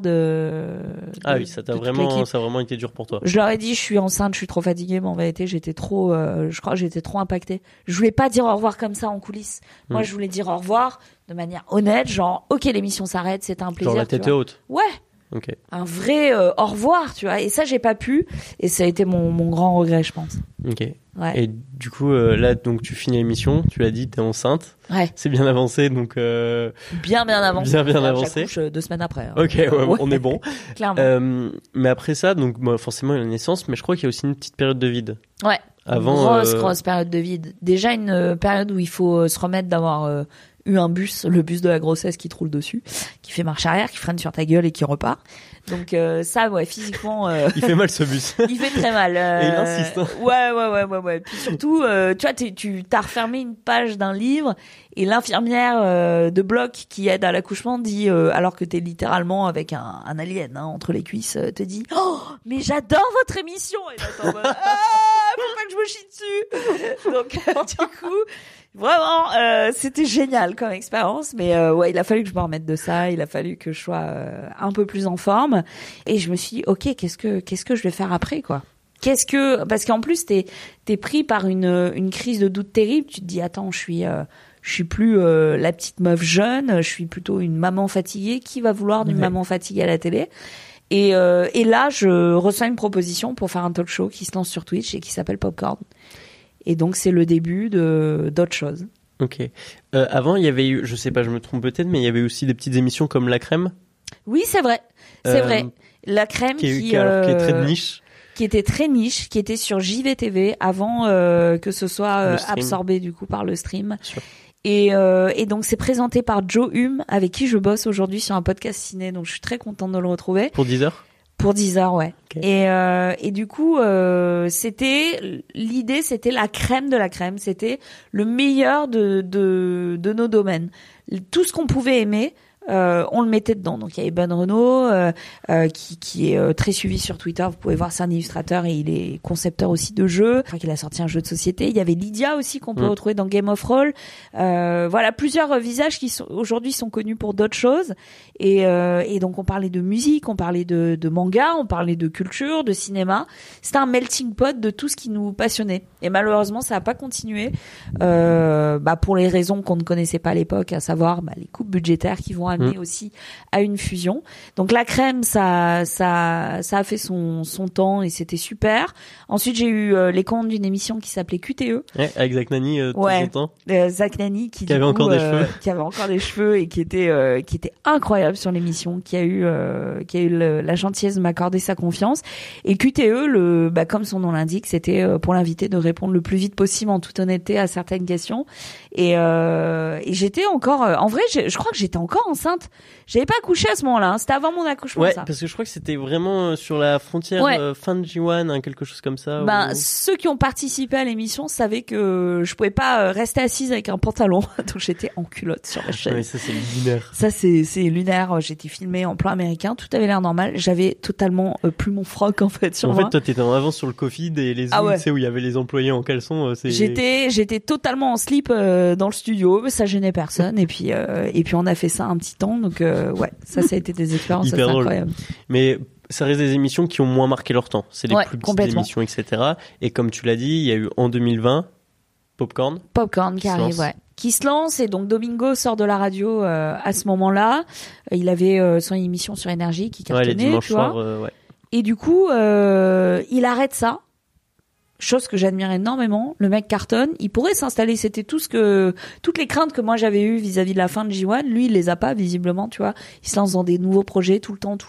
oui, ça a vraiment été dur pour toi. Je leur ai dit, je suis enceinte, je suis trop fatiguée, mais en vérité, j'étais trop, je crois que j'étais trop impactée. Je voulais pas dire au revoir comme ça en coulisses. Moi, je voulais dire au revoir de manière honnête, genre, ok, l'émission s'arrête, c'était un plaisir. Genre la tête haute. Ouais. Okay. Un vrai au revoir, tu vois. Et ça, j'ai pas pu. Et ça a été mon grand regret, je pense. Ok. Ouais. Et du coup, là, donc tu finis l'émission, tu l'as dit, t'es enceinte. Ouais. C'est bien avancé, donc. Bien avancé. Bien avancé. J'accouche 2 semaines après. Hein. Ok, ouais. On est bon. Clairement. Mais après ça, donc forcément il y a la naissance, mais je crois qu'il y a aussi une petite période de vide. Ouais. Avant. Grosse période de vide. Déjà une période où il faut se remettre d'avoir eu le bus de la grossesse qui te roule dessus, qui fait marche arrière, qui freine sur ta gueule et qui repart. Donc ça, ouais, physiquement. Il fait mal ce bus. Il fait très mal. Et il insiste. Hein. Ouais. Puis surtout, tu vois, t'as refermé une page d'un livre et l'infirmière de bloc qui aide à l'accouchement dit, alors que t'es littéralement avec un alien entre les cuisses, te dit, oh, mais j'adore votre émission. Et là, t'en mode, faut pas que je me chie dessus. Donc du coup. Vraiment, c'était génial comme expérience, mais ouais, il a fallu que je me remette de ça, il a fallu que je sois un peu plus en forme, et je me suis dit, ok, qu'est-ce que je vais faire après, quoi. Parce qu'en plus t'es pris par une crise de doute terrible. Tu te dis, attends, je suis plus la petite meuf jeune, je suis plutôt une maman fatiguée. Qui va vouloir d'une maman fatiguée à la télé? Et là, je reçois une proposition pour faire un talk show qui se lance sur Twitch et qui s'appelle Popcorn. Et donc, c'est le début d'autres choses. Ok. Avant, il y avait eu, je sais pas, je me trompe peut-être, mais il y avait aussi des petites émissions comme La Crème. Oui, c'est vrai. C'est vrai. La Crème qui est très de niche. qui était très niche, qui était sur JVTV avant que ce soit absorbé du coup par le stream. Sûr. Et donc c'est présenté par Joe Hume, avec qui je bosse aujourd'hui sur un podcast ciné, donc je suis très contente de le retrouver. Pour 10 heures. Pour 10 heures, ouais. Okay. Et du coup, l'idée, c'était la crème de la crème. C'était le meilleur de nos domaines. Tout ce qu'on pouvait aimer, on le mettait dedans. Donc il y avait Ben Renault, qui est très suivi sur Twitter. Vous pouvez voir, c'est un illustrateur et il est concepteur aussi de jeux. Je crois qu'il a sorti un jeu de société. Il y avait Lydia aussi qu'on peut retrouver dans Game of Roll. Voilà, plusieurs visages qui aujourd'hui sont connus pour d'autres choses. Et donc on parlait de musique, on parlait de manga, on parlait de culture, de cinéma. C'était un melting pot de tout ce qui nous passionnait. Et malheureusement, ça n'a pas continué pour les raisons qu'on ne connaissait pas à l'époque, à savoir les coupes budgétaires qui vont amener aussi à une fusion. Donc la crème, ça a fait son temps et c'était super. Ensuite, j'ai eu les commandes d'une émission qui s'appelait QTE. Ouais, avec Zach Nani de temps en temps. Zach Nani qui avait encore des cheveux. Qui avait encore des cheveux et qui était incroyable sur l'émission, qui a eu la gentillesse de m'accorder sa confiance. Et QTE, comme son nom l'indique, c'était pour l'inviter de répondre le plus vite possible en toute honnêteté à certaines questions. Et j'étais encore, en vrai, je crois que j'étais encore enceinte. J'avais pas accouché à ce moment-là, hein. C'était avant mon accouchement. Ouais, ça. parce que je crois que c'était vraiment sur la frontière fin de J1, hein, quelque chose comme ça. Ceux qui ont participé à l'émission savaient que je pouvais pas rester assise avec un pantalon, donc j'étais en culotte sur la chaise. Ouais, ça c'est lunaire. Ça c'est lunaire. J'étais filmée en plan américain, tout avait l'air normal. J'avais totalement plus mon froc en fait sur moi. En fait, toi t'étais en avance sur le Covid et les zooms, tu sais, où il y avait les employés en caleçon. J'étais totalement en slip dans le studio, mais ça gênait personne. Et puis on a fait ça un petit temps, donc ça a été des expériences assez incroyables. Mais ça reste des émissions qui ont moins marqué leur temps. C'est les plus petites émissions, etc. Et comme tu l'as dit, il y a eu en 2020 Popcorn qui arrive, qui se lance. Et donc Domingo sort de la radio à ce moment-là. Il avait son émission sur Énergie qui cartonnait, les dimanches soirs, Et du coup, il arrête ça. Chose que j'admire énormément. Le mec cartonne. Il pourrait s'installer. C'était toutes les craintes que moi j'avais eues vis-à-vis de la fin de J1. Lui, il les a pas, visiblement, tu vois. Il se lance dans des nouveaux projets tout le temps.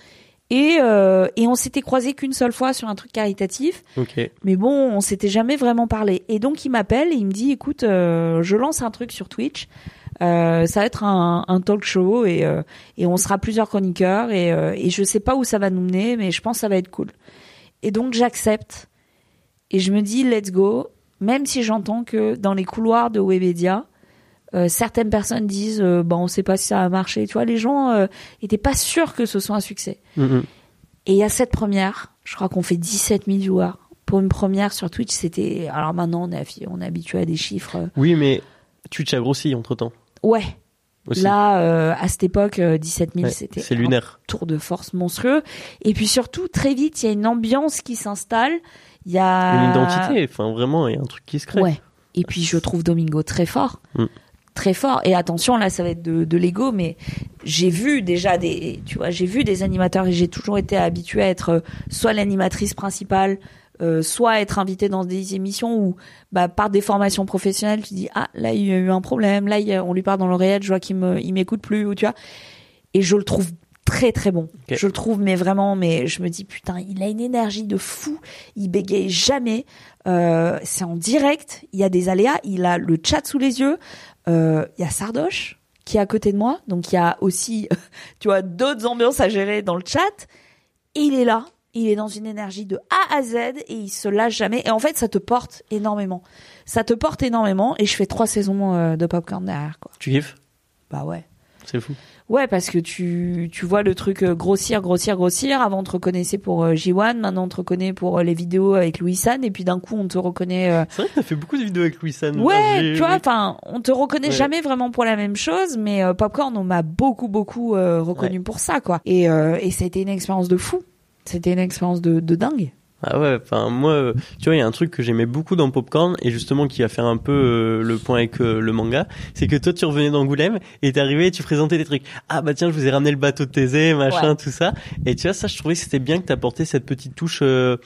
Et on s'était croisés qu'une seule fois sur un truc caritatif. Okay. Mais bon, on s'était jamais vraiment parlé. Et donc, il m'appelle et il me dit, écoute, je lance un truc sur Twitch. Ça va être un talk show et on sera plusieurs chroniqueurs et je sais pas où ça va nous mener, mais je pense que ça va être cool. Et donc, j'accepte. Et je me dis, let's go, même si j'entends que dans les couloirs de Webedia, certaines personnes disent, on sait pas si ça va marcher. Tu vois, les gens étaient pas sûrs que ce soit un succès. Mm-hmm. Et il y a cette première, je crois qu'on fait 17 000 viewers. Pour une première sur Twitch, c'était... Alors maintenant, on est habitué à des chiffres. Oui, mais Twitch a grossi entre-temps. Ouais. Aussi. Là, à cette époque, 17 000, c'est lunaire. Un tour de force monstrueux. Et puis surtout, très vite, il y a une ambiance qui s'installe. Il y a une identité, enfin vraiment, il y a un truc qui se crée. Ouais. Et puis je trouve Domingo très fort. Très fort. Et attention, là, ça va être de l'ego, mais j'ai vu déjà j'ai vu des animateurs et j'ai toujours été habituée à être soit l'animatrice principale, soit être invitée dans des émissions où, par des formations professionnelles, tu dis, là, il y a eu un problème, là, on lui parle dans l'oreillette, je vois qu'il m'écoute plus, ou tu vois. Et je le trouve très très bon. Okay. Je le trouve, mais je me dis, putain, il a une énergie de fou, il bégaye jamais, c'est en direct, il y a des aléas, il a le chat sous les yeux, il y a Sardoche qui est à côté de moi, donc il y a aussi, tu vois, d'autres ambiances à gérer dans le chat, et il est là, il est dans une énergie de A à Z, et il se lâche jamais, et en fait, ça te porte énormément, et je fais 3 saisons de Popcorn derrière, quoi. Tu kiffes? Bah ouais. C'est fou. Ouais, parce que tu vois le truc grossir. Avant, on te reconnaissait pour J1. Maintenant, on te reconnaît pour les vidéos avec Louis San. Et puis, d'un coup, on te reconnaît... C'est vrai que t'as fait beaucoup de vidéos avec Louis San. Ouais, tu vois, enfin, on te reconnaît jamais vraiment pour la même chose. Mais Popcorn, on m'a beaucoup reconnu pour ça, quoi. Et ça a été une expérience de fou. C'était une expérience de dingue. Ah ouais, enfin moi, tu vois, il y a un truc que j'aimais beaucoup dans Popcorn et justement qui va faire un peu le point avec le manga, c'est que toi tu revenais d'Angoulême et t'es arrivé et tu présentais des trucs. Ah bah tiens, je vous ai ramené le bateau de Thésée, machin, tout ça. Et tu vois, ça, je trouvais que c'était bien que t'apportais cette petite touche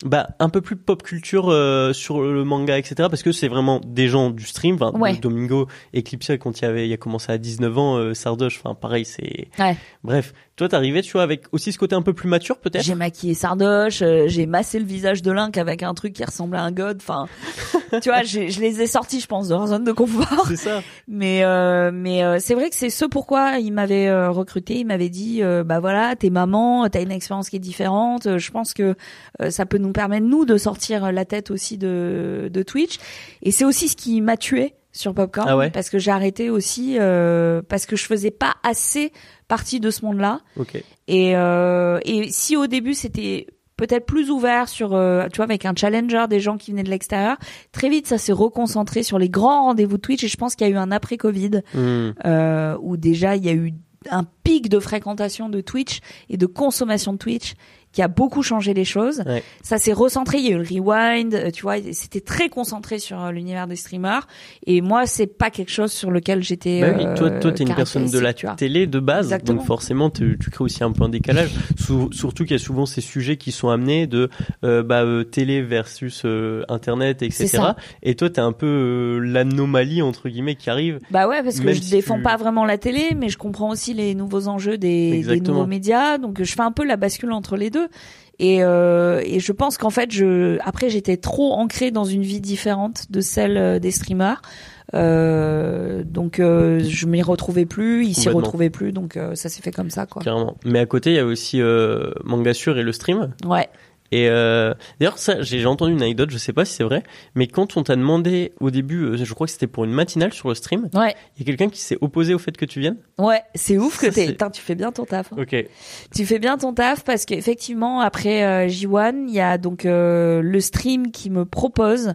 un peu plus pop culture sur le manga, etc. Parce que c'est vraiment des gens du stream. Ouais. Domingo, Eclipsia, quand il a commencé à 19 ans, Sardoche, pareil, c'est... Ouais. Bref, toi, t'arrivais, tu vois, avec aussi ce côté un peu plus mature, peut-être. J'ai maquillé Sardoche, j'ai massé le visage de Link avec un truc qui ressemblait à un god. Enfin, tu vois, je les ai sortis, je pense, de leur zone de confort. C'est ça. Mais c'est vrai que c'est ce pourquoi il m'avait recruté. Il m'avait dit, voilà, t'es maman, t'as une expérience qui est différente. Je pense que ça peut nous permettre nous de sortir la tête aussi de Twitch. Et c'est aussi ce qui m'a tué sur Popcorn, ah ouais, parce que j'ai arrêté aussi parce que je faisais pas assez partie de ce monde-là. Okay. Et si au début c'était peut-être plus ouvert sur tu vois, avec un challenger, des gens qui venaient de l'extérieur, très vite ça s'est reconcentré sur les grands rendez-vous Twitch, et je pense qu'il y a eu un après Covid où déjà il y a eu un pic de fréquentation de Twitch et de consommation de Twitch qui a beaucoup changé les choses. Ouais. Ça s'est recentré, il y a eu le rewind, tu vois, c'était très concentré sur l'univers des streamers. Et moi, c'est pas quelque chose sur lequel j'étais oui, toi t'es une personne de la télé de base. Exactement. Donc forcément, tu crées aussi un peu un décalage. Surtout qu'il y a souvent ces sujets qui sont amenés de télé versus Internet, etc. Et toi, t'es un peu l'anomalie, entre guillemets, qui arrive. Bah ouais, parce que je défends pas vraiment la télé, mais je comprends aussi les nouveaux enjeux des nouveaux médias. Donc je fais un peu la bascule entre les deux. Et je pense qu'en fait, après j'étais trop ancrée dans une vie différente de celle des streamers. Donc je m'y retrouvais plus, il s'y retrouvait plus, donc ça s'est fait comme ça, quoi. Carrément. Mais à côté, il y a aussi Mangasure et le stream. Ouais. Et d'ailleurs, ça, j'ai entendu une anecdote, je sais pas si c'est vrai, mais quand on t'a demandé au début, je crois que c'était pour une matinale sur le stream, ouais, il y a quelqu'un qui s'est opposé au fait que tu viennes. Ouais, c'est ouf que tu fais bien ton taf. Hein. Ok. Tu fais bien ton taf parce qu'effectivement, après J1, il y a donc le stream qui me propose,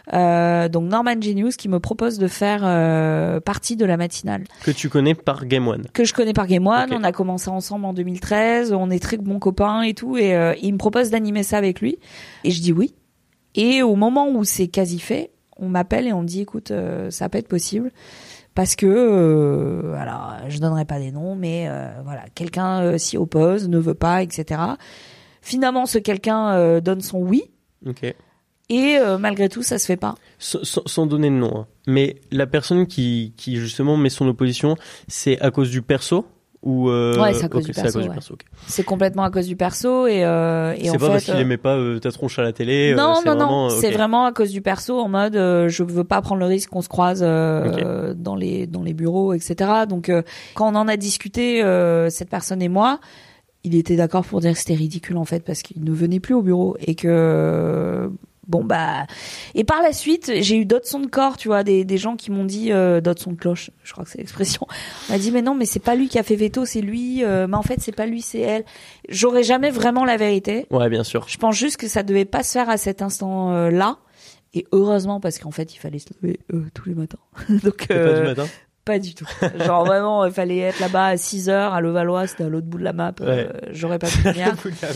donc Norman Genius qui me propose de faire partie de la matinale. Que tu connais par Game One. Que je connais par Game One. Okay. On a commencé ensemble en 2013. On est très bons copains et tout. Et il me propose d'animer ça avec lui. Et je dis oui. Et au moment où c'est quasi fait, on m'appelle et on me dit, écoute, ça peut être possible. Parce que, alors, je donnerai pas des noms, mais voilà, quelqu'un s'y oppose, ne veut pas, etc. Finalement, ce quelqu'un donne son oui. Ok. Et malgré tout, ça se fait pas. Sans donner de nom, hein. Mais la personne qui justement met son opposition, c'est à cause du perso ou ouais, c'est à cause du perso. C'est à cause ouais. du perso. Okay. C'est complètement à cause du perso et c'est en pas fait, parce qu'il aimait pas ta tronche à la télé. Non, c'est vraiment, c'est vraiment à cause du perso en mode je veux pas prendre le risque qu'on se croise dans les bureaux, etc. Donc quand on en a discuté, cette personne et moi, il était d'accord pour dire que c'était ridicule en fait parce qu'il ne venait plus au bureau et que bon bah, et par la suite j'ai eu d'autres sons de corps, tu vois, des gens qui m'ont dit d'autres sons de cloche, je crois que c'est l'expression. On m'a dit mais non, mais c'est pas lui qui a fait veto, c'est lui, mais en fait c'est pas lui, c'est elle. J'aurais jamais vraiment la vérité. Ouais, bien sûr. Je pense juste que ça devait pas se faire à cet instant là, et heureusement parce qu'en fait il fallait se lever tous les matins. Donc pas du matin. Pas du tout. Genre vraiment, il fallait être là-bas à 6h à Levallois, c'était à l'autre bout de la map. Ouais. J'aurais pas pu venir.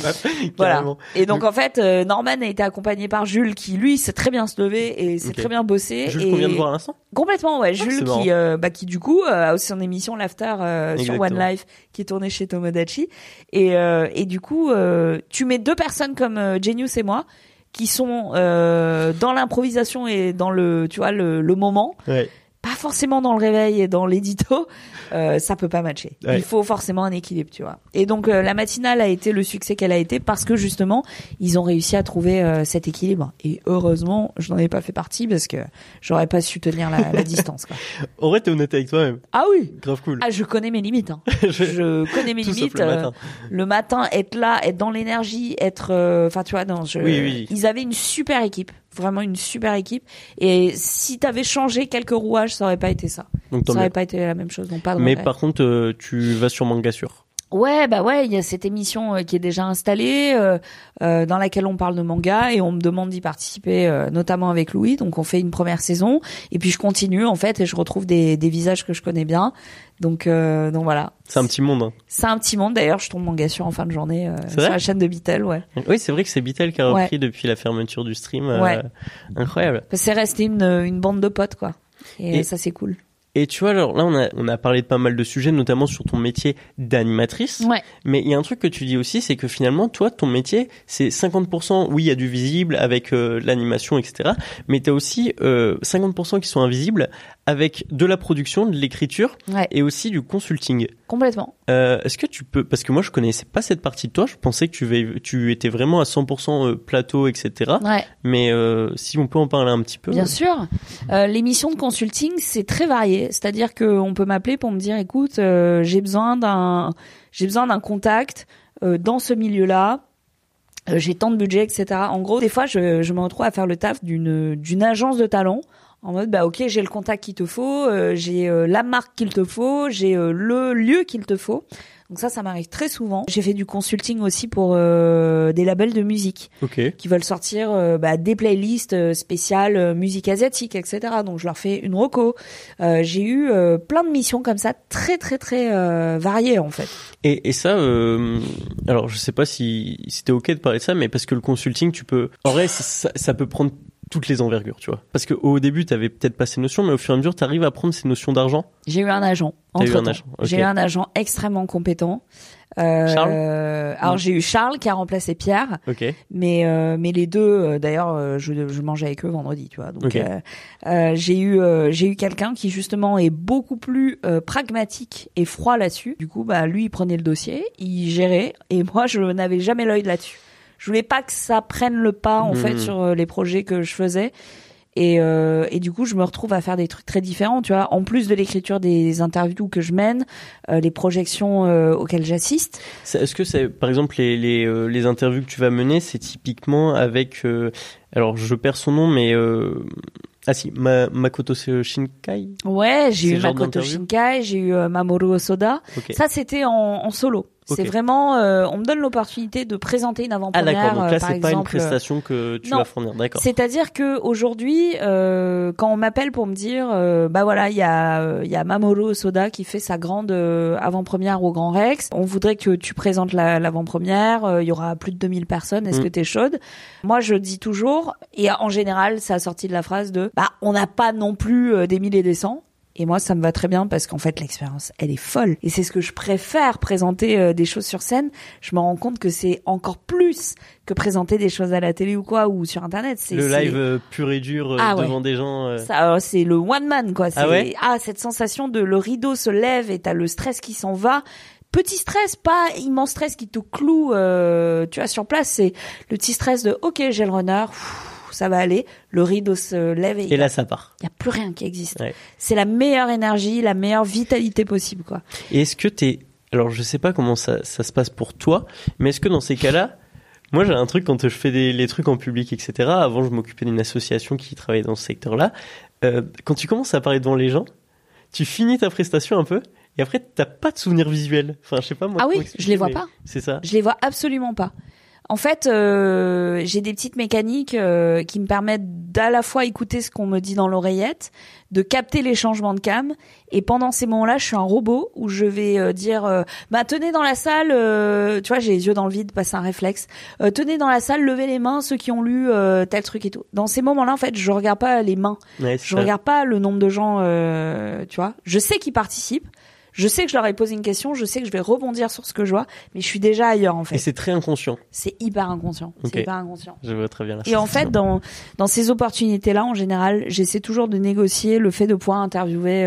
Voilà. Et donc en fait, Norman a été accompagné par Jules qui lui sait très bien se lever et sait très bien bosser. Jules qu'on vient de voir à l'instant. Complètement, ouais. Jules qui du coup a aussi son émission l'After sur One Life qui est tournée chez Tomodachi et du coup tu mets deux personnes comme Genius et moi qui sont dans l'improvisation et dans le tu vois le moment. Ouais. Pas forcément dans le réveil et dans l'édito, ça peut pas matcher. Ouais. Il faut forcément un équilibre, tu vois. Et donc la matinale a été le succès qu'elle a été parce que justement ils ont réussi à trouver cet équilibre. Et heureusement, je n'en ai pas fait partie parce que j'aurais pas su tenir la distance, quoi. En vrai, t'es honnête avec toi-même. Ah oui. Grave cool. Ah, je connais mes limites. Hein. Je connais mes limites. Le matin, être là, être dans l'énergie, être. Enfin, tu vois, non. Oui. Ils avaient une super équipe. Vraiment une super équipe. Et si t'avais changé quelques rouages, ça aurait pas été ça. Donc, ça aurait pas été la même chose. Donc pas de mais regret. par contre, tu vas sur Mangasure. Ouais, bah ouais, il y a cette émission qui est déjà installée, dans laquelle on parle de manga et on me demande d'y participer, notamment avec Louis. Donc on fait une première saison et puis je continue en fait et je retrouve des visages que je connais bien. Donc voilà. C'est un petit monde. Hein. C'est un petit monde. D'ailleurs, je tombe Mangasure en fin de journée sur la chaîne de Bitel, ouais. Oui, c'est vrai que c'est Bitel qui a repris depuis la fermeture du stream. Ouais. Incroyable. C'est resté une bande de potes, quoi. Et ça, c'est cool. Et tu vois, alors là, on a parlé de pas mal de sujets, notamment sur ton métier d'animatrice. Ouais. Mais il y a un truc que tu dis aussi, c'est que finalement, toi, ton métier, c'est 50%, oui, il y a du visible avec l'animation, etc. Mais t'as aussi 50% qui sont invisibles avec de la production, de l'écriture et aussi du consulting. Complètement. Est-ce que tu peux, parce que moi, je connaissais pas cette partie de toi, je pensais que tu étais vraiment à 100% plateau, etc. Ouais. Mais si on peut en parler un petit peu. Bien sûr. Les missions de consulting, c'est très varié. C'est-à-dire qu'on peut m'appeler pour me dire, écoute, j'ai besoin d'un contact dans ce milieu-là. J'ai tant de budget, etc. En gros, des fois, je me retrouve à faire le taf d'une agence de talent. En mode, bah ok, j'ai le contact qu'il te faut, j'ai la marque qu'il te faut, j'ai le lieu qu'il te faut. Donc ça m'arrive très souvent. J'ai fait du consulting aussi pour des labels de musique qui veulent sortir des playlists spéciales musique asiatique, etc. Donc je leur fais une reco. J'ai eu plein de missions comme ça, très très très variées en fait. Et ça, alors je sais pas si t'es ok de parler de ça, mais parce que le consulting, en vrai, ça peut prendre toutes les envergures, tu vois. Parce qu'au début, t'avais peut-être pas ces notions, mais au fur et à mesure, t'arrives à prendre ces notions d'argent. J'ai eu un agent. J'ai eu un agent extrêmement compétent. Charles. Alors j'ai eu Charles qui a remplacé Pierre. Mais les deux, d'ailleurs, je mange avec eux vendredi, tu vois. Donc j'ai eu quelqu'un qui justement est beaucoup plus pragmatique et froid là-dessus. Du coup, lui il prenait le dossier, il gérait, et moi je n'avais jamais l'œil là-dessus. Je voulais pas que ça prenne le pas en fait sur les projets que je faisais. Et du coup, je me retrouve à faire des trucs très différents, tu vois. En plus de l'écriture des interviews que je mène, les projections auxquelles j'assiste. Est-ce que c'est, par exemple, les interviews que tu vas mener, c'est typiquement avec, alors je perds son nom, mais Makoto Shinkai. Ouais, j'ai eu Makoto Shinkai, j'ai eu Mamoru Osoda. Ça, c'était en solo. C'est vraiment, on me donne l'opportunité de présenter une avant-première. Ah d'accord, donc là par c'est exemple, pas une prestation que tu vas fournir, d'accord. C'est-à-dire que aujourd'hui, quand on m'appelle pour me dire, il y a Mamoru Osoda qui fait sa grande avant-première au Grand Rex. On voudrait que tu présentes l'avant-première. Il y aura plus de 2000 personnes. Est-ce que t'es chaude? Moi, je dis toujours, et en général, ça a sorti de la phrase de, on n'a pas non plus des 1000 et des 100. Et moi, ça me va très bien parce qu'en fait, l'expérience, elle est folle. Et c'est ce que je préfère, présenter des choses sur scène. Je me rends compte que c'est encore plus que présenter des choses à la télé ou quoi, ou sur Internet. C'est live pur et dur devant des gens. Ça, c'est le one man, quoi. Cette sensation de le rideau se lève et t'as le stress qui s'en va. Petit stress, pas immense stress qui te cloue, tu vois, sur place. C'est le petit stress de, ok, j'ai le runner. Ça va aller, le rideau se lève et là ça part. Il y a plus rien qui existe. C'est la meilleure énergie, la meilleure vitalité possible, quoi. Et est-ce que alors je sais pas comment ça se passe pour toi, mais est-ce que dans ces cas-là, moi j'ai un truc quand je fais les trucs en public, etc. Avant je m'occupais d'une association qui travaillait dans ce secteur-là. Quand tu commences à parler devant les gens, tu finis ta prestation un peu. Et après, t'as pas de souvenirs visuels. Enfin, je sais pas moi. Ah oui, je les vois pas. C'est ça. Je les vois absolument pas. En fait, j'ai des petites mécaniques qui me permettent d'à la fois écouter ce qu'on me dit dans l'oreillette, de capter les changements de cam, et pendant ces moments-là, je suis un robot où je vais dire tenez dans la salle, tu vois, j'ai les yeux dans le vide, c'est un réflexe. Tenez dans la salle, levez les mains ceux qui ont lu tel truc et tout. Dans ces moments-là, en fait, je regarde pas les mains. Je regarde pas le nombre de gens, tu vois. Je sais qu'ils participent. Je sais que je leur ai posé une question, je sais que je vais rebondir sur ce que je vois, mais je suis déjà ailleurs, en fait. Et c'est très inconscient. C'est hyper inconscient. C'est hyper inconscient. Je vois très bien la Et en fait, dans ces opportunités-là, en général, j'essaie toujours de négocier le fait de pouvoir interviewer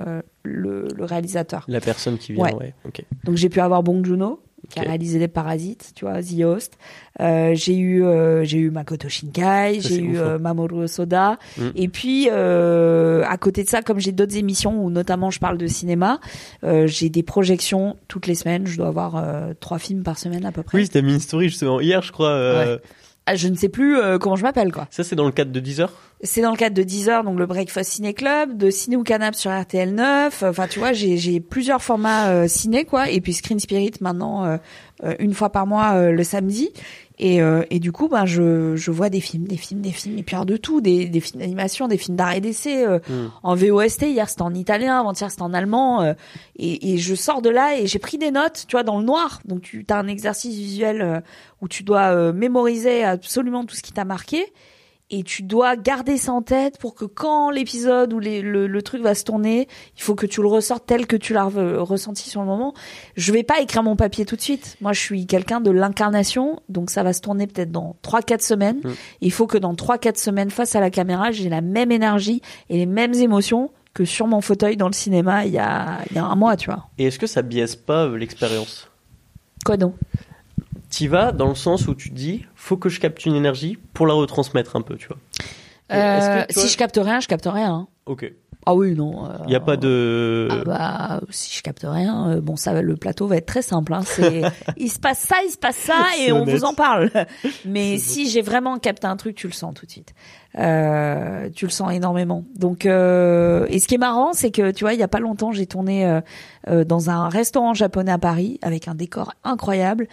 le réalisateur. La personne qui vient, ouais. Okay. Donc j'ai pu avoir Bong Joon-ho, qui a réalisé Les Parasites, tu vois, The Host. J'ai eu Makoto Shinkai, j'ai eu Mamoru Osoda. Et puis à côté de ça, comme j'ai d'autres émissions où notamment je parle de cinéma, j'ai des projections toutes les semaines. Je dois avoir 3 films par semaine à peu près. Oui, t'as mis une story justement hier, je crois. Je ne sais plus comment je m'appelle, quoi. Ça, c'est dans le cadre de 10 heures? C'est dans le cadre de 10 heures, donc le Breakfast Ciné Club, de Ciné ou Canap sur RTL 9. Enfin, tu vois, j'ai plusieurs formats ciné, quoi. Et puis Screen Spirit maintenant, une fois par mois le samedi. Et du coup, je vois des films, et puis alors de tout, des films d'animation, des films d'art et d'essai, en VOST. Hier, c'était en italien, avant-hier, c'était en allemand. Et je sors de là et j'ai pris des notes, tu vois, dans le noir. Donc tu as un exercice visuel où tu dois mémoriser absolument tout ce qui t'a marqué. Et tu dois garder ça en tête pour que quand l'épisode ou le truc va se tourner, il faut que tu le ressortes tel que tu l'as ressenti sur le moment. Je vais pas écrire mon papier tout de suite. Moi, je suis quelqu'un de l'incarnation, donc ça va se tourner peut-être dans 3-4 semaines. Il faut que dans 3-4 semaines, face à la caméra, j'ai la même énergie et les mêmes émotions que sur mon fauteuil dans le cinéma il y a un mois, tu vois. Et est-ce que ça biaise pas l'expérience ? Quoi donc ? T'y vas dans le sens où tu te dis, faut que je capte une énergie pour la retransmettre un peu, tu vois. Si je capte rien, je capte rien. Hein. Ok. Ah oui, non. Il y a pas de. Ah bah, si je capte rien, bon, ça, le plateau va être très simple. Hein. C'est, il se passe ça, et on vous en parle. Mais si j'ai vraiment capté un truc, tu le sens tout de suite. Tu le sens énormément. Donc, et ce qui est marrant, c'est que tu vois, il y a pas longtemps, j'ai tourné dans un restaurant japonais à Paris avec un décor incroyable.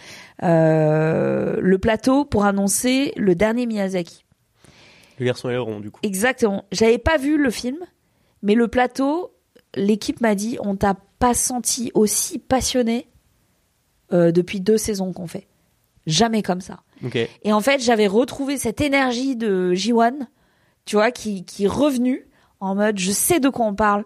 Le plateau pour annoncer le dernier Miyazaki. Le garçon et le rond, du coup. Exactement. J'avais pas vu le film. Mais le plateau, l'équipe m'a dit, on t'a pas senti aussi passionné depuis 2 saisons qu'on fait. Jamais comme ça. Okay. Et en fait, j'avais retrouvé cette énergie de J1, tu vois, qui est revenue en mode, je sais de quoi on parle.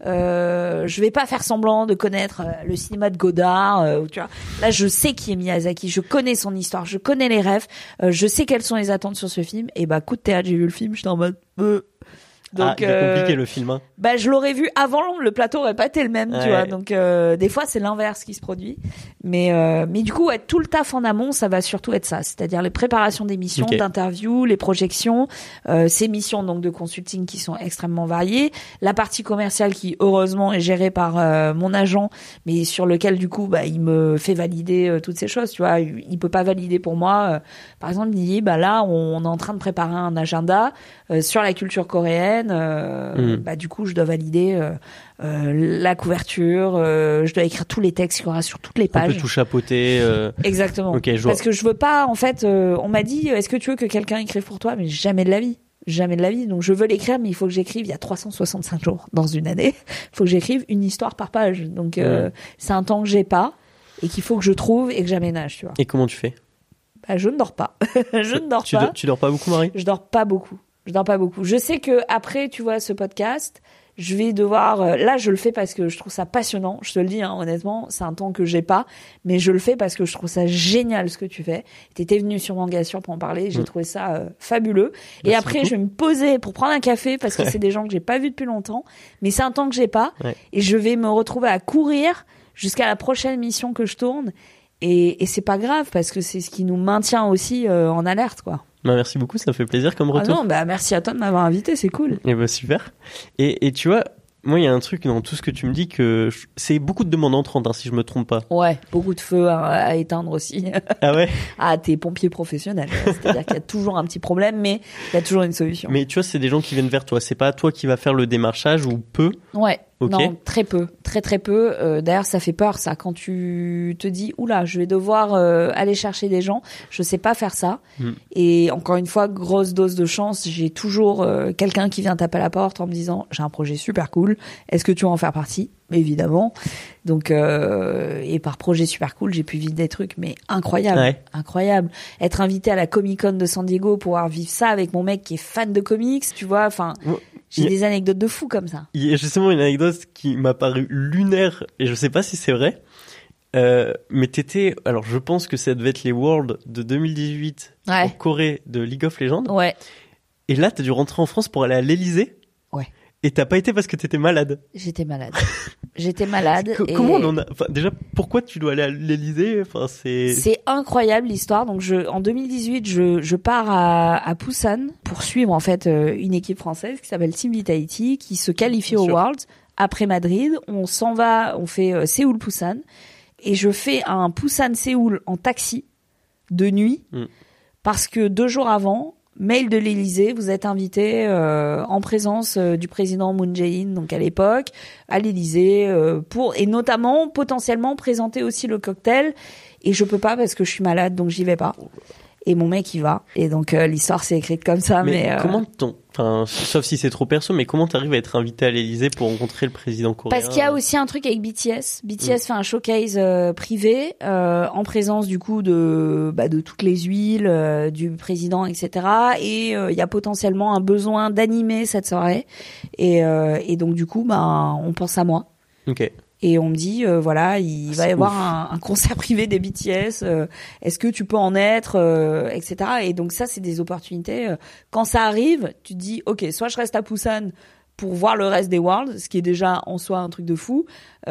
Je vais pas faire semblant de connaître le cinéma de Godard. Tu vois. Là, je sais qui est Miyazaki. Je connais son histoire. Je connais les rêves. Je sais quelles sont les attentes sur ce film. Et bah, coup de théâtre, j'ai vu le film. J'étais en mode... Donc, il est compliqué le film. Hein. Bah, je l'aurais vu avant, le plateau aurait pas été le même, tu vois. Donc, des fois, c'est l'inverse qui se produit. Mais du coup, ouais, tout le taf en amont, ça va surtout être ça. C'est-à-dire les préparations d'émissions, d'interviews, les projections, ces missions, donc, de consulting qui sont extrêmement variées. La partie commerciale qui, heureusement, est gérée par mon agent, mais sur lequel, du coup, bah, il me fait valider toutes ces choses, tu vois. Il peut pas valider pour moi. Par exemple, il dit, bah, là, on est en train de préparer un agenda sur la culture coréenne. Bah, du coup, je dois valider la couverture, je dois écrire tous les textes qu'il y aura sur toutes les pages. Un peu tout chapeauter. Exactement. Okay, parce que je veux pas, en fait, on m'a dit, est-ce que tu veux que quelqu'un écrive pour toi? Mais jamais de la vie. Jamais de la vie. Donc, je veux l'écrire, mais il faut que j'écrive il y a 365 jours dans une année. Il faut que j'écrive une histoire par page. Donc, c'est un temps que j'ai pas et qu'il faut que je trouve et que j'aménage, tu vois. Et comment tu fais? Bah, je ne dors pas. Je ne dors pas. Tu dors pas beaucoup, Marie? Je dors pas beaucoup. Je dors pas beaucoup. Je sais que après, tu vois, ce podcast, je vais devoir. Là, je le fais parce que je trouve ça passionnant. Je te le dis, hein, honnêtement, c'est un temps que j'ai pas, mais je le fais parce que je trouve ça génial ce que tu fais. T'étais venu sur Manga-Sur pour en parler. J'ai trouvé ça fabuleux. Merci et après, beaucoup. Je vais me poser pour prendre un café parce que c'est des gens que j'ai pas vus depuis longtemps, mais c'est un temps que j'ai pas. Ouais. Et je vais me retrouver à courir jusqu'à la prochaine mission que je tourne. Et c'est pas grave parce que c'est ce qui nous maintient aussi en alerte, quoi. Bah, merci beaucoup, ça fait plaisir comme retour. Ah non, bah merci à toi de m'avoir invité, c'est cool. Et bah super. Et tu vois, moi il y a un truc dans tout ce que tu me dis que c'est beaucoup de demandes entrantes, hein, si je me trompe pas. Ouais, beaucoup de feux à éteindre aussi. Ah ouais. Ah, t'es pompier professionnel, c'est-à-dire qu'il y a toujours un petit problème, mais il y a toujours une solution. Mais tu vois, c'est des gens qui viennent vers toi, c'est pas toi qui va faire le démarchage ou peu. Ouais. Okay. Non, très peu, très peu. D'ailleurs, ça fait peur, ça, quand tu te dis, oula, je vais devoir aller chercher des gens. Je sais pas faire ça. Et encore une fois, grosse dose de chance. J'ai toujours quelqu'un qui vient taper à la porte en me disant, j'ai un projet super cool. Est-ce que tu veux en faire partie? Évidemment. Donc, et par projet super cool, j'ai pu vivre des trucs, mais incroyables, ouais. Incroyables. Être invité à la Comic-Con de San Diego, pouvoir vivre ça avec mon mec qui est fan de comics, tu vois. Enfin. J'ai des anecdotes de fou comme ça. Il y a justement une anecdote qui m'a paru lunaire, et je sais pas si c'est vrai, mais t'étais, alors je pense que ça devait être les Worlds de 2018 en Corée de League of Legends. Ouais. Et là, t'as dû rentrer en France pour aller à l'Elysée. Ouais. Et t'as pas été parce que t'étais malade. J'étais malade. J'étais malade. Comment on en a, enfin, déjà, pourquoi tu dois aller à l'Elysée? Enfin, c'est incroyable l'histoire. Donc, en 2018, je pars à Busan pour suivre, en fait, une équipe française qui s'appelle Team Vitality, qui se qualifie aux Worlds. Après Madrid, on s'en va, on fait Séoul-Busan. Et je fais un Busan-Séoul en taxi de nuit. Parce que 2 jours avant, mail de l'Élysée, vous êtes invité en présence du président Moon Jae-in, donc à l'époque, à l'Élysée, et notamment potentiellement présenter aussi le cocktail. Et je peux pas parce que je suis malade, donc j'y vais pas. Et mon mec y va. Et donc l'histoire s'est écrite comme ça. Mais sauf si c'est trop perso, mais comment t'arrives à être invité à l'Elysée pour rencontrer le président coréen? Parce qu'il y a aussi un truc avec BTS. BTS fait un showcase privé en présence du coup de toutes les huiles du président, etc. Et il y a potentiellement un besoin d'animer cette soirée. Et donc du coup, on pense à moi. Ok. Et on me dit, voilà, il va y avoir un concert privé des BTS. Est-ce que tu peux en être, etc. Et donc ça, c'est des opportunités. Quand ça arrive, tu te dis, ok, soit je reste à Busan pour voir le reste des Worlds, ce qui est déjà en soi un truc de fou,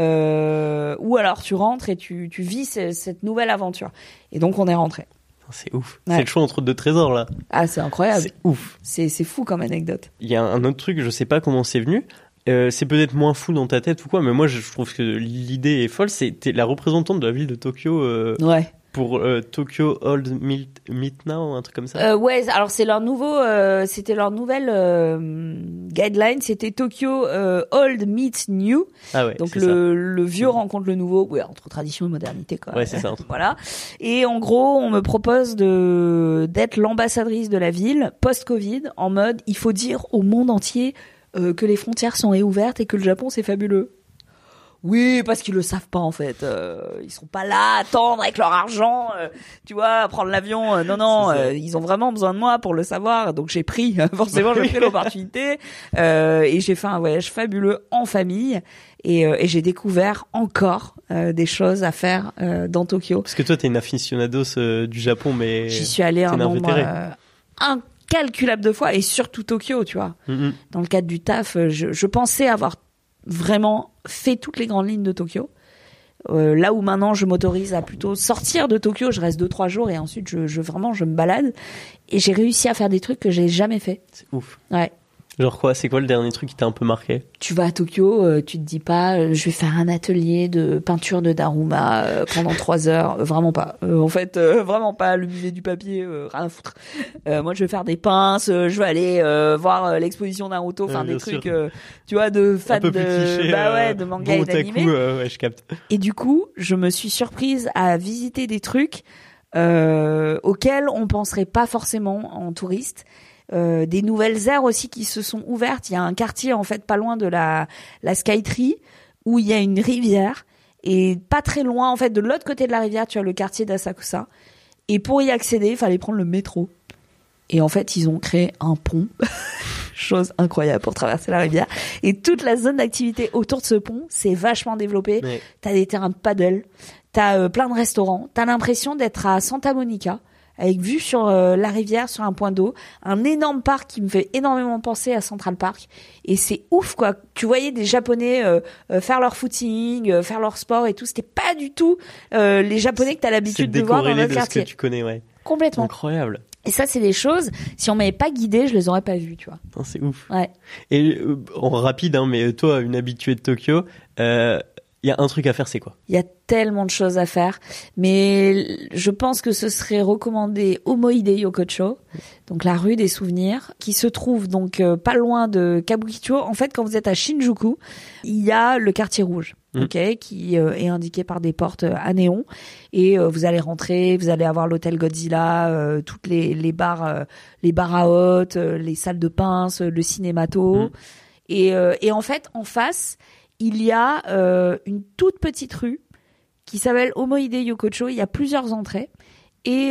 ou alors tu rentres et tu vis cette nouvelle aventure. Et donc on est rentré. C'est ouf. Ouais. C'est le choix entre deux trésors là. Ah, c'est incroyable. C'est ouf. C'est fou comme anecdote. Il y a un autre truc, je sais pas comment c'est venu. C'est peut-être moins fou dans ta tête ou quoi, mais moi je trouve que l'idée est folle. C'était la représentante de la ville de Tokyo pour Tokyo Old Meet Now, un truc comme ça. Ouais, alors c'est leur c'était leur nouvelle guideline. C'était Tokyo Old Meet New. Ah ouais. Donc le vieux rencontre le nouveau, ouais, entre tradition et modernité quoi. Ouais, c'est ça. Voilà. Et en gros, on me propose d'être l'ambassadrice de la ville post-Covid, en mode il faut dire au monde entier que les frontières sont réouvertes et que le Japon c'est fabuleux. Oui, parce qu'ils le savent pas en fait. Ils sont pas là à attendre avec leur argent, tu vois, à prendre l'avion. Non, ils ont vraiment besoin de moi pour le savoir. Donc j'ai pris, forcément, j'ai pris l'opportunité et j'ai fait un voyage fabuleux en famille et j'ai découvert encore des choses à faire dans Tokyo. Parce que toi, t'es une aficionados du Japon, mais j'y suis allée un nombre incalculable de fois et surtout Tokyo, tu vois. Dans le cadre du taf, je pensais avoir vraiment fait toutes les grandes lignes de Tokyo. Là où maintenant je m'autorise à plutôt sortir de Tokyo, je reste 2-3 jours et ensuite je me balade et j'ai réussi à faire des trucs que j'ai jamais fait. C'est ouf. Ouais. Genre quoi? C'est quoi le dernier truc qui t'a un peu marqué? Tu vas à Tokyo, tu te dis pas je vais faire un atelier de peinture de Daruma pendant 3 heures. Vraiment pas. En fait, vraiment pas. Le musée du papier, rien à foutre. Moi, je vais faire des pinces. Je vais aller voir l'exposition Naruto. Enfin, des trucs, tu vois, de fans de cliché, de manga et d'anime. Ouais, je capte. Et du coup, je me suis surprise à visiter des trucs auxquels on penserait pas forcément en touriste. Des nouvelles aires aussi qui se sont ouvertes. Il y a un quartier en fait pas loin de la Skytree où il y a une rivière et pas très loin en fait de l'autre côté de la rivière tu as le quartier d'Asakusa et pour y accéder il fallait prendre le métro et en fait ils ont créé un pont chose incroyable pour traverser la rivière et toute la zone d'activité autour de ce pont c'est vachement développé. Ouais. T'as des terrains de paddle, t'as plein de restaurants, t'as l'impression d'être à Santa Monica avec vue sur la rivière, sur un point d'eau, un énorme parc qui me fait énormément penser à Central Park. Et c'est ouf, quoi. Tu voyais des Japonais faire leur footing, faire leur sport et tout. C'était pas du tout les Japonais que t'as l'habitude de voir dans notre quartier. Ce que tu connais, ouais. Complètement. Incroyable. Et ça, c'est des choses, si on m'avait pas guidé, je les aurais pas vues, tu vois. Non, c'est ouf. Ouais. Et en rapide, hein, mais toi, une habituée de Tokyo, il y a un truc à faire, c'est quoi? Il y a tellement de choses à faire, mais je pense que ce serait recommandé Omoide Yokocho, donc la rue des souvenirs, qui se trouve donc pas loin de Kabukicho. En fait, quand vous êtes à Shinjuku, il y a le quartier rouge, qui est indiqué par des portes à néon, et vous allez rentrer, vous allez avoir l'hôtel Godzilla, toutes les bars à hôtes, les salles de pince, le cinémato, et en fait, en face, il y a une toute petite rue qui s'appelle Omoide Yokocho. Il y a plusieurs entrées. Et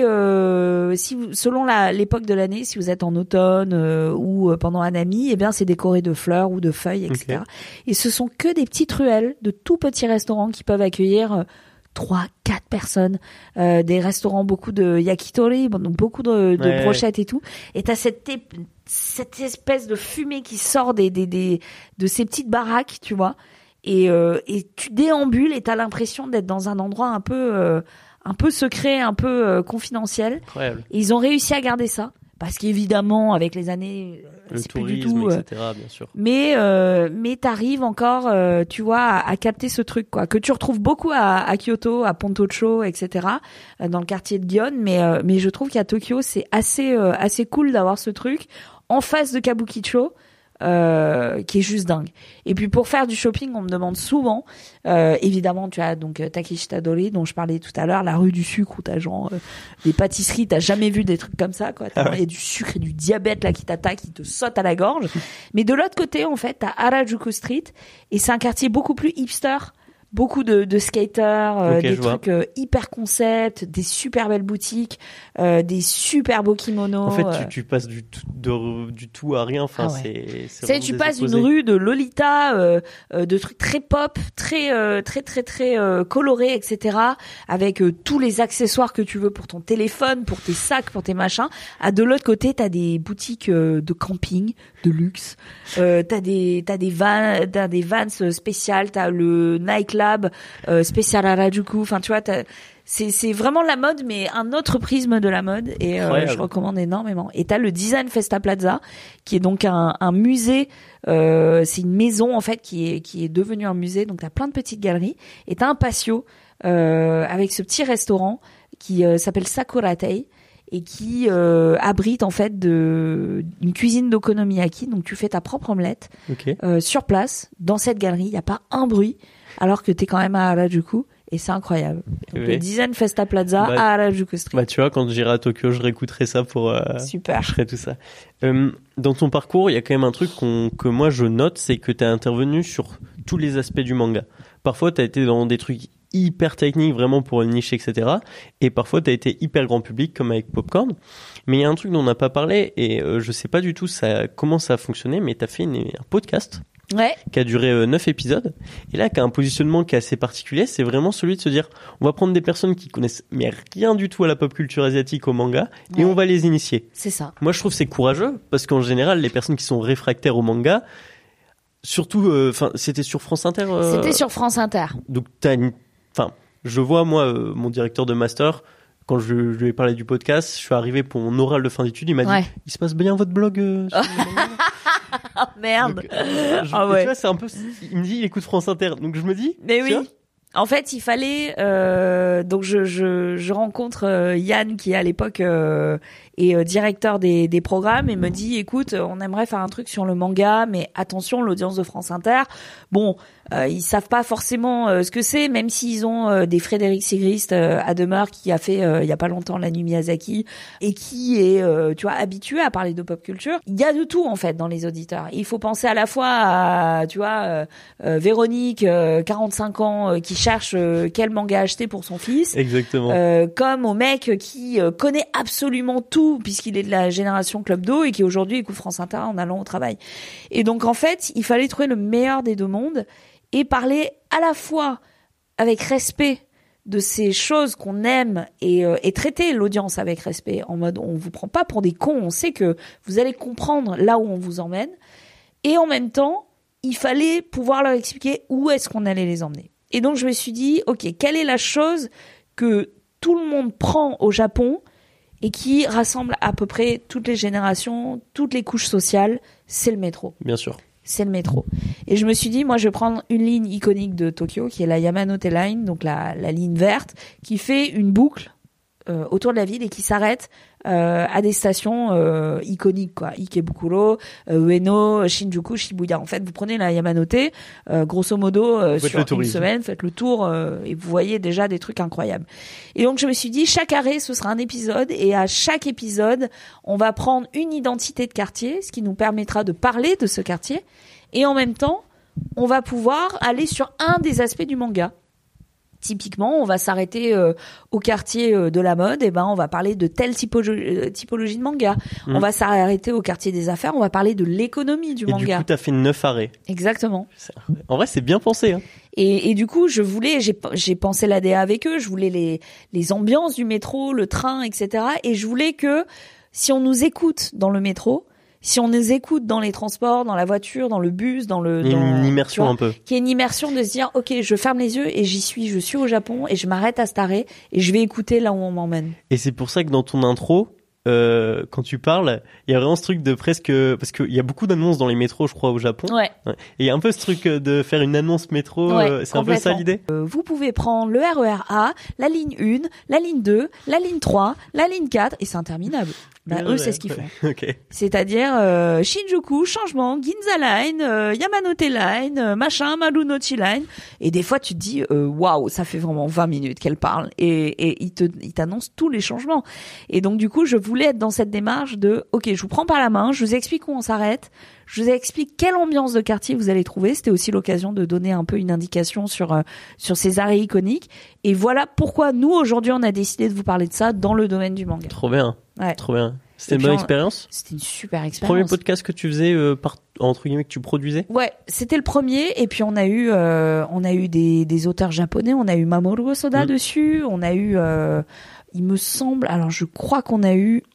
selon l'époque de l'année, si vous êtes en automne ou pendant Hanami, eh bien c'est décoré de fleurs ou de feuilles, etc. Okay. Et ce sont que des petites ruelles de tout petits restaurants qui peuvent accueillir 3-4 personnes, des restaurants, beaucoup de yakitori, donc beaucoup de brochettes et tout. Et t'as cette espèce de fumée qui sort de ces petites baraques, tu vois. Et tu déambules et t'as l'impression d'être dans un endroit un peu secret, un peu confidentiel. Incroyable. Et ils ont réussi à garder ça. Parce qu'évidemment, avec les années, c'est plus du tout. Etc., bien sûr. Mais t'arrives encore, tu vois, à capter ce truc, quoi, que tu retrouves beaucoup à Kyoto, à Pontocho, etc., dans le quartier de Gion. Mais je trouve qu'à Tokyo, c'est assez cool d'avoir ce truc en face de Kabukicho. qui est juste dingue. Et puis pour faire du shopping, on me demande souvent, évidemment, tu as donc Takeshi Tadori dont je parlais tout à l'heure, la rue du sucre où t'as genre des pâtisseries, t'as jamais vu des trucs comme ça, quoi. Il y a du sucre et du diabète là qui t'attaque, qui te saute à la gorge. Mais de l'autre côté, en fait, t'as Harajuku Street et c'est un quartier beaucoup plus hipster. Beaucoup de skaters, des trucs hyper concept, des super belles boutiques, des super beaux kimonos. En fait, tu passes du tout à rien. Enfin, c'est tu passes d'une rue de Lolita, de trucs très pop, très colorés, etc. Avec tous les accessoires que tu veux pour ton téléphone, pour tes sacs, pour tes machins. À de l'autre côté, t'as des boutiques de camping, de luxe. T'as des Vans spéciales. T'as le Nike Lab spécial Harajuku. Enfin, tu vois, c'est vraiment la mode, mais un autre prisme de la mode. Et je recommande énormément. Et t'as le Design Festa Plaza, qui est donc un musée. C'est une maison en fait qui est devenue un musée. Donc t'as plein de petites galeries. Et t'as un patio avec ce petit restaurant qui s'appelle Sakuratei. Et qui abrite en fait une cuisine d'okonomiyaki. Donc tu fais ta propre omelette sur place dans cette galerie. Il y a pas un bruit alors que t'es quand même à Harajuku et c'est incroyable. Donc le Design Festa Plaza à Harajuku Street. Bah tu vois, quand j'irai à Tokyo, je réécouterai ça pour. Super. Je ferai tout ça. Dans ton parcours, il y a quand même un truc que moi je note, c'est que t'es intervenu sur tous les aspects du manga. Parfois t'as été dans des trucs hyper technique vraiment pour une niche, etc. Et parfois t'as été hyper grand public comme avec Popcorn. Mais il y a un truc dont on n'a pas parlé et je sais pas du tout comment ça a fonctionné, mais t'as fait un podcast qui a duré 9 épisodes et là qui a un positionnement qui est assez particulier. C'est vraiment celui de se dire on va prendre des personnes qui connaissent mais rien du tout à la pop culture asiatique, au manga et on va les initier. C'est ça. Moi je trouve que c'est courageux parce qu'en général les personnes qui sont réfractaires au manga, surtout c'était sur France Inter. C'était sur France Inter. Donc je vois, moi, mon directeur de master, quand je lui ai parlé du podcast, je suis arrivé pour mon oral de fin d'études, il m'a dit « Il se passe bien votre blog sur Oh merde. Donc, tu vois, c'est un peu... Il me dit « Il écoute France Inter ». Donc je me dis... Mais oui. En fait, il fallait... donc je rencontre Yann qui, à l'époque, est directeur des programmes et me dit « Écoute, on aimerait faire un truc sur le manga, mais attention, l'audience de France Inter, bon... » ils savent pas forcément ce que c'est, même s'ils ont des Frédéric Sigrist à demeure qui a fait il y a pas longtemps l'Anu Miyazaki et qui est tu vois habitué à parler de pop culture. Il y a de tout en fait dans les auditeurs. Il faut penser à la fois à tu vois Véronique 45 ans qui cherche quel manga acheter pour son fils. Exactement. Comme au mec qui connaît absolument tout puisqu'il est de la génération Club Do et qui aujourd'hui écoute France Inter en allant au travail. Et donc en fait, il fallait trouver le meilleur des deux mondes. Et parler à la fois avec respect de ces choses qu'on aime et traiter l'audience avec respect en mode on vous prend pas pour des cons, on sait que vous allez comprendre là où on vous emmène. Et en même temps, il fallait pouvoir leur expliquer où est-ce qu'on allait les emmener. Et donc je me suis dit, ok, quelle est la chose que tout le monde prend au Japon et qui rassemble à peu près toutes les générations, toutes les couches sociales, c'est le métro. Bien sûr. C'est le métro. Et je me suis dit, moi, je vais prendre une ligne iconique de Tokyo, qui est la Yamanote Line, donc la ligne verte, qui fait une boucle autour de la ville et qui s'arrête à des stations iconiques, quoi. Ikebukuro, Ueno, Shinjuku, Shibuya. En fait, vous prenez la Yamanote, grosso modo, sur une semaine, faites le tour et vous voyez déjà des trucs incroyables. Et donc, je me suis dit, chaque arrêt, ce sera un épisode et à chaque épisode, on va prendre une identité de quartier, ce qui nous permettra de parler de ce quartier et en même temps, on va pouvoir aller sur un des aspects du manga. Typiquement, on va s'arrêter au quartier de la mode, et ben on va parler de telle typologie de manga. On va s'arrêter au quartier des affaires, on va parler de l'économie du manga. Et du coup, t'as fait 9 arrêts. Exactement. En vrai, c'est bien pensé. Hein. Et du coup, j'ai pensé l'ADA avec eux, je voulais les ambiances du métro, le train, etc. Et je voulais que si on nous écoute dans le métro, si on nous écoute dans les transports, dans la voiture, dans le bus, une immersion un peu. Qu'il y ait une immersion de se dire, ok, je ferme les yeux et je suis au Japon et je m'arrête à cet arrêt et je vais écouter là où on m'emmène. Et c'est pour ça que dans ton intro, quand tu parles, il y a vraiment ce truc de presque, parce qu'il y a beaucoup d'annonces dans les métros, je crois, au Japon. Ouais. Et il y a un peu ce truc de faire une annonce métro, c'est un peu ça l'idée. Vous pouvez prendre le RER A, la ligne 1, la ligne 2, la ligne 3, la ligne 4, et c'est interminable. Eux, c'est ce qu'ils font. Okay. C'est-à-dire Shinjuku, changement, Ginza Line, Yamanote Line, machin, Marunouchi Line. Et des fois, tu te dis, waouh, ça fait vraiment 20 minutes qu'elle parle. Et il t'annonce tous les changements. Et donc, du coup, je voulais être dans cette démarche de, ok, je vous prends par la main, je vous explique où on s'arrête, je vous explique quelle ambiance de quartier vous allez trouver. C'était aussi l'occasion de donner un peu une indication sur ces arrêts iconiques. Et voilà pourquoi nous, aujourd'hui, on a décidé de vous parler de ça dans le domaine du manga. Trop bien. Ouais. Trop bien. C'était une bonne expérience? C'était une super expérience. Premier podcast que tu faisais, entre guillemets, que tu produisais? Ouais, c'était le premier. Et puis on a eu des auteurs japonais. On a eu Mamoru Hosoda dessus. On a eu, il me semble, alors je crois qu'on a eu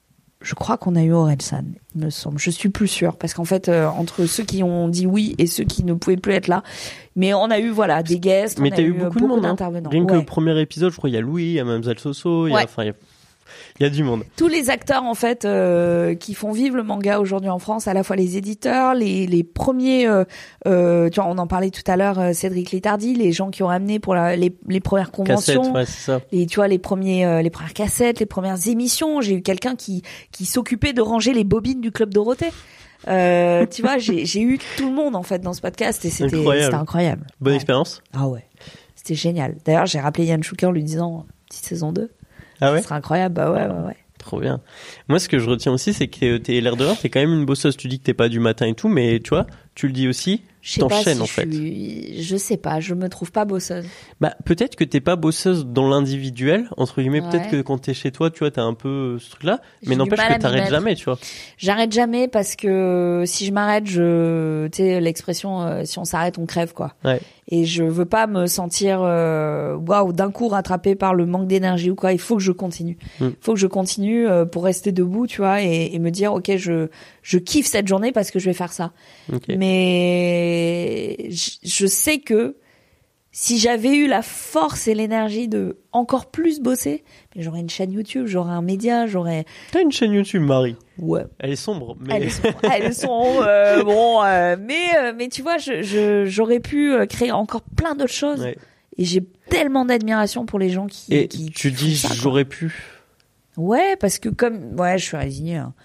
Orelsan, il me semble. Je suis plus sûre parce qu'en fait, entre ceux qui ont dit oui et ceux qui ne pouvaient plus être là, mais on a eu des guests. Mais t'as eu beaucoup de monde, d'intervenants. Rien que le premier épisode, je crois, il y a Louis, il y a Mamzelle Soso, il y a du monde. Tous les acteurs en fait qui font vivre le manga aujourd'hui en France, à la fois les éditeurs, les premiers, tu vois, on en parlait tout à l'heure, Cédric Littardi, les gens qui ont amené pour les premières conventions, cassettes, ouais, c'est ça. Tu vois, les premières cassettes, les premières émissions. J'ai eu quelqu'un qui s'occupait de ranger les bobines du Club Dorothée. Tu vois, j'ai eu tout le monde en fait dans ce podcast et c'était incroyable. Bonne expérience. Ah ouais, c'était génial. D'ailleurs, j'ai rappelé Yann Chouquin en lui disant petite saison 2. Ah ouais? Ce serait incroyable, bah ouais. Trop bien. Moi, ce que je retiens aussi, c'est que t'es l'air de rien, t'es quand même une bosseuse. Tu dis que t'es pas du matin et tout, mais tu vois, tu le dis aussi, t'enchaînes en fait. Je sais pas, je me trouve pas bosseuse. Bah, peut-être que t'es pas bosseuse dans l'individuel, entre guillemets, peut-être que quand t'es chez toi, tu vois, t'as un peu ce truc-là, mais n'empêche que t'arrêtes jamais, tu vois. J'arrête jamais parce que si je m'arrête, tu sais, l'expression, si on s'arrête, on crève, quoi. Ouais. Et je veux pas me sentir, waouh, d'un coup rattrapé par le manque d'énergie ou quoi. Il faut que je continue. Il faut que je continue pour rester debout, tu vois, et me dire, ok, je kiffe cette journée parce que je vais faire ça. Okay. Mais je sais que si j'avais eu la force et l'énergie de encore plus bosser, mais j'aurais une chaîne YouTube, j'aurais un média, T'as une chaîne YouTube, Marie? Ouais. Elle est sombre, mais... Elle est sombre, mais tu vois, j'aurais pu créer encore plein d'autres choses. Ouais. Et j'ai tellement d'admiration pour les gens qui tu dis ça, j'aurais pu. Ouais, parce que je suis résignée. Hein.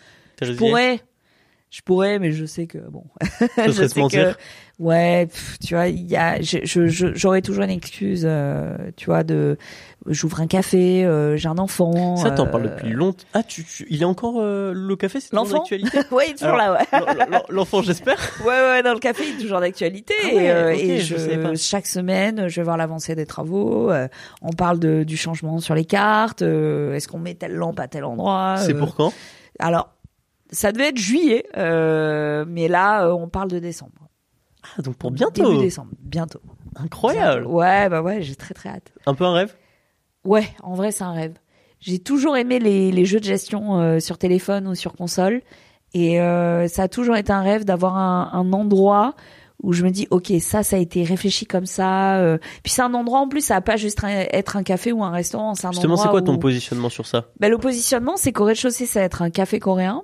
Je pourrais, mais je sais que bon. Je sais que tu vois, j'aurais toujours une excuse, tu vois, j'ouvre un café, j'ai un enfant. Ça, t'en parles depuis longtemps. Ah, il est encore le café, c'est toujours d'actualité. Ouais, il est toujours là, ouais. L'enfant, j'espère. Ouais, dans le café, il est toujours d'actualité. Chaque semaine, je vais voir l'avancée des travaux. On parle du changement sur les cartes. Est-ce qu'on met telle lampe à tel endroit? C'est pour quand? Alors. Ça devait être juillet, mais là, on parle de décembre. Ah, donc pour bientôt. Début décembre, bientôt. Incroyable. Bientôt. Ouais, j'ai très très hâte. Un peu un rêve? Ouais, en vrai, c'est un rêve. J'ai toujours aimé les jeux de gestion sur téléphone ou sur console, et ça a toujours été un rêve d'avoir un endroit où je me dis, ok, ça a été réfléchi comme ça. Puis c'est un endroit, en plus, ça va pas juste être un café ou un restaurant. C'est un Justement, endroit c'est quoi ton positionnement sur ça? Le positionnement, c'est qu'au rez-de-chaussée, ça va être un café coréen.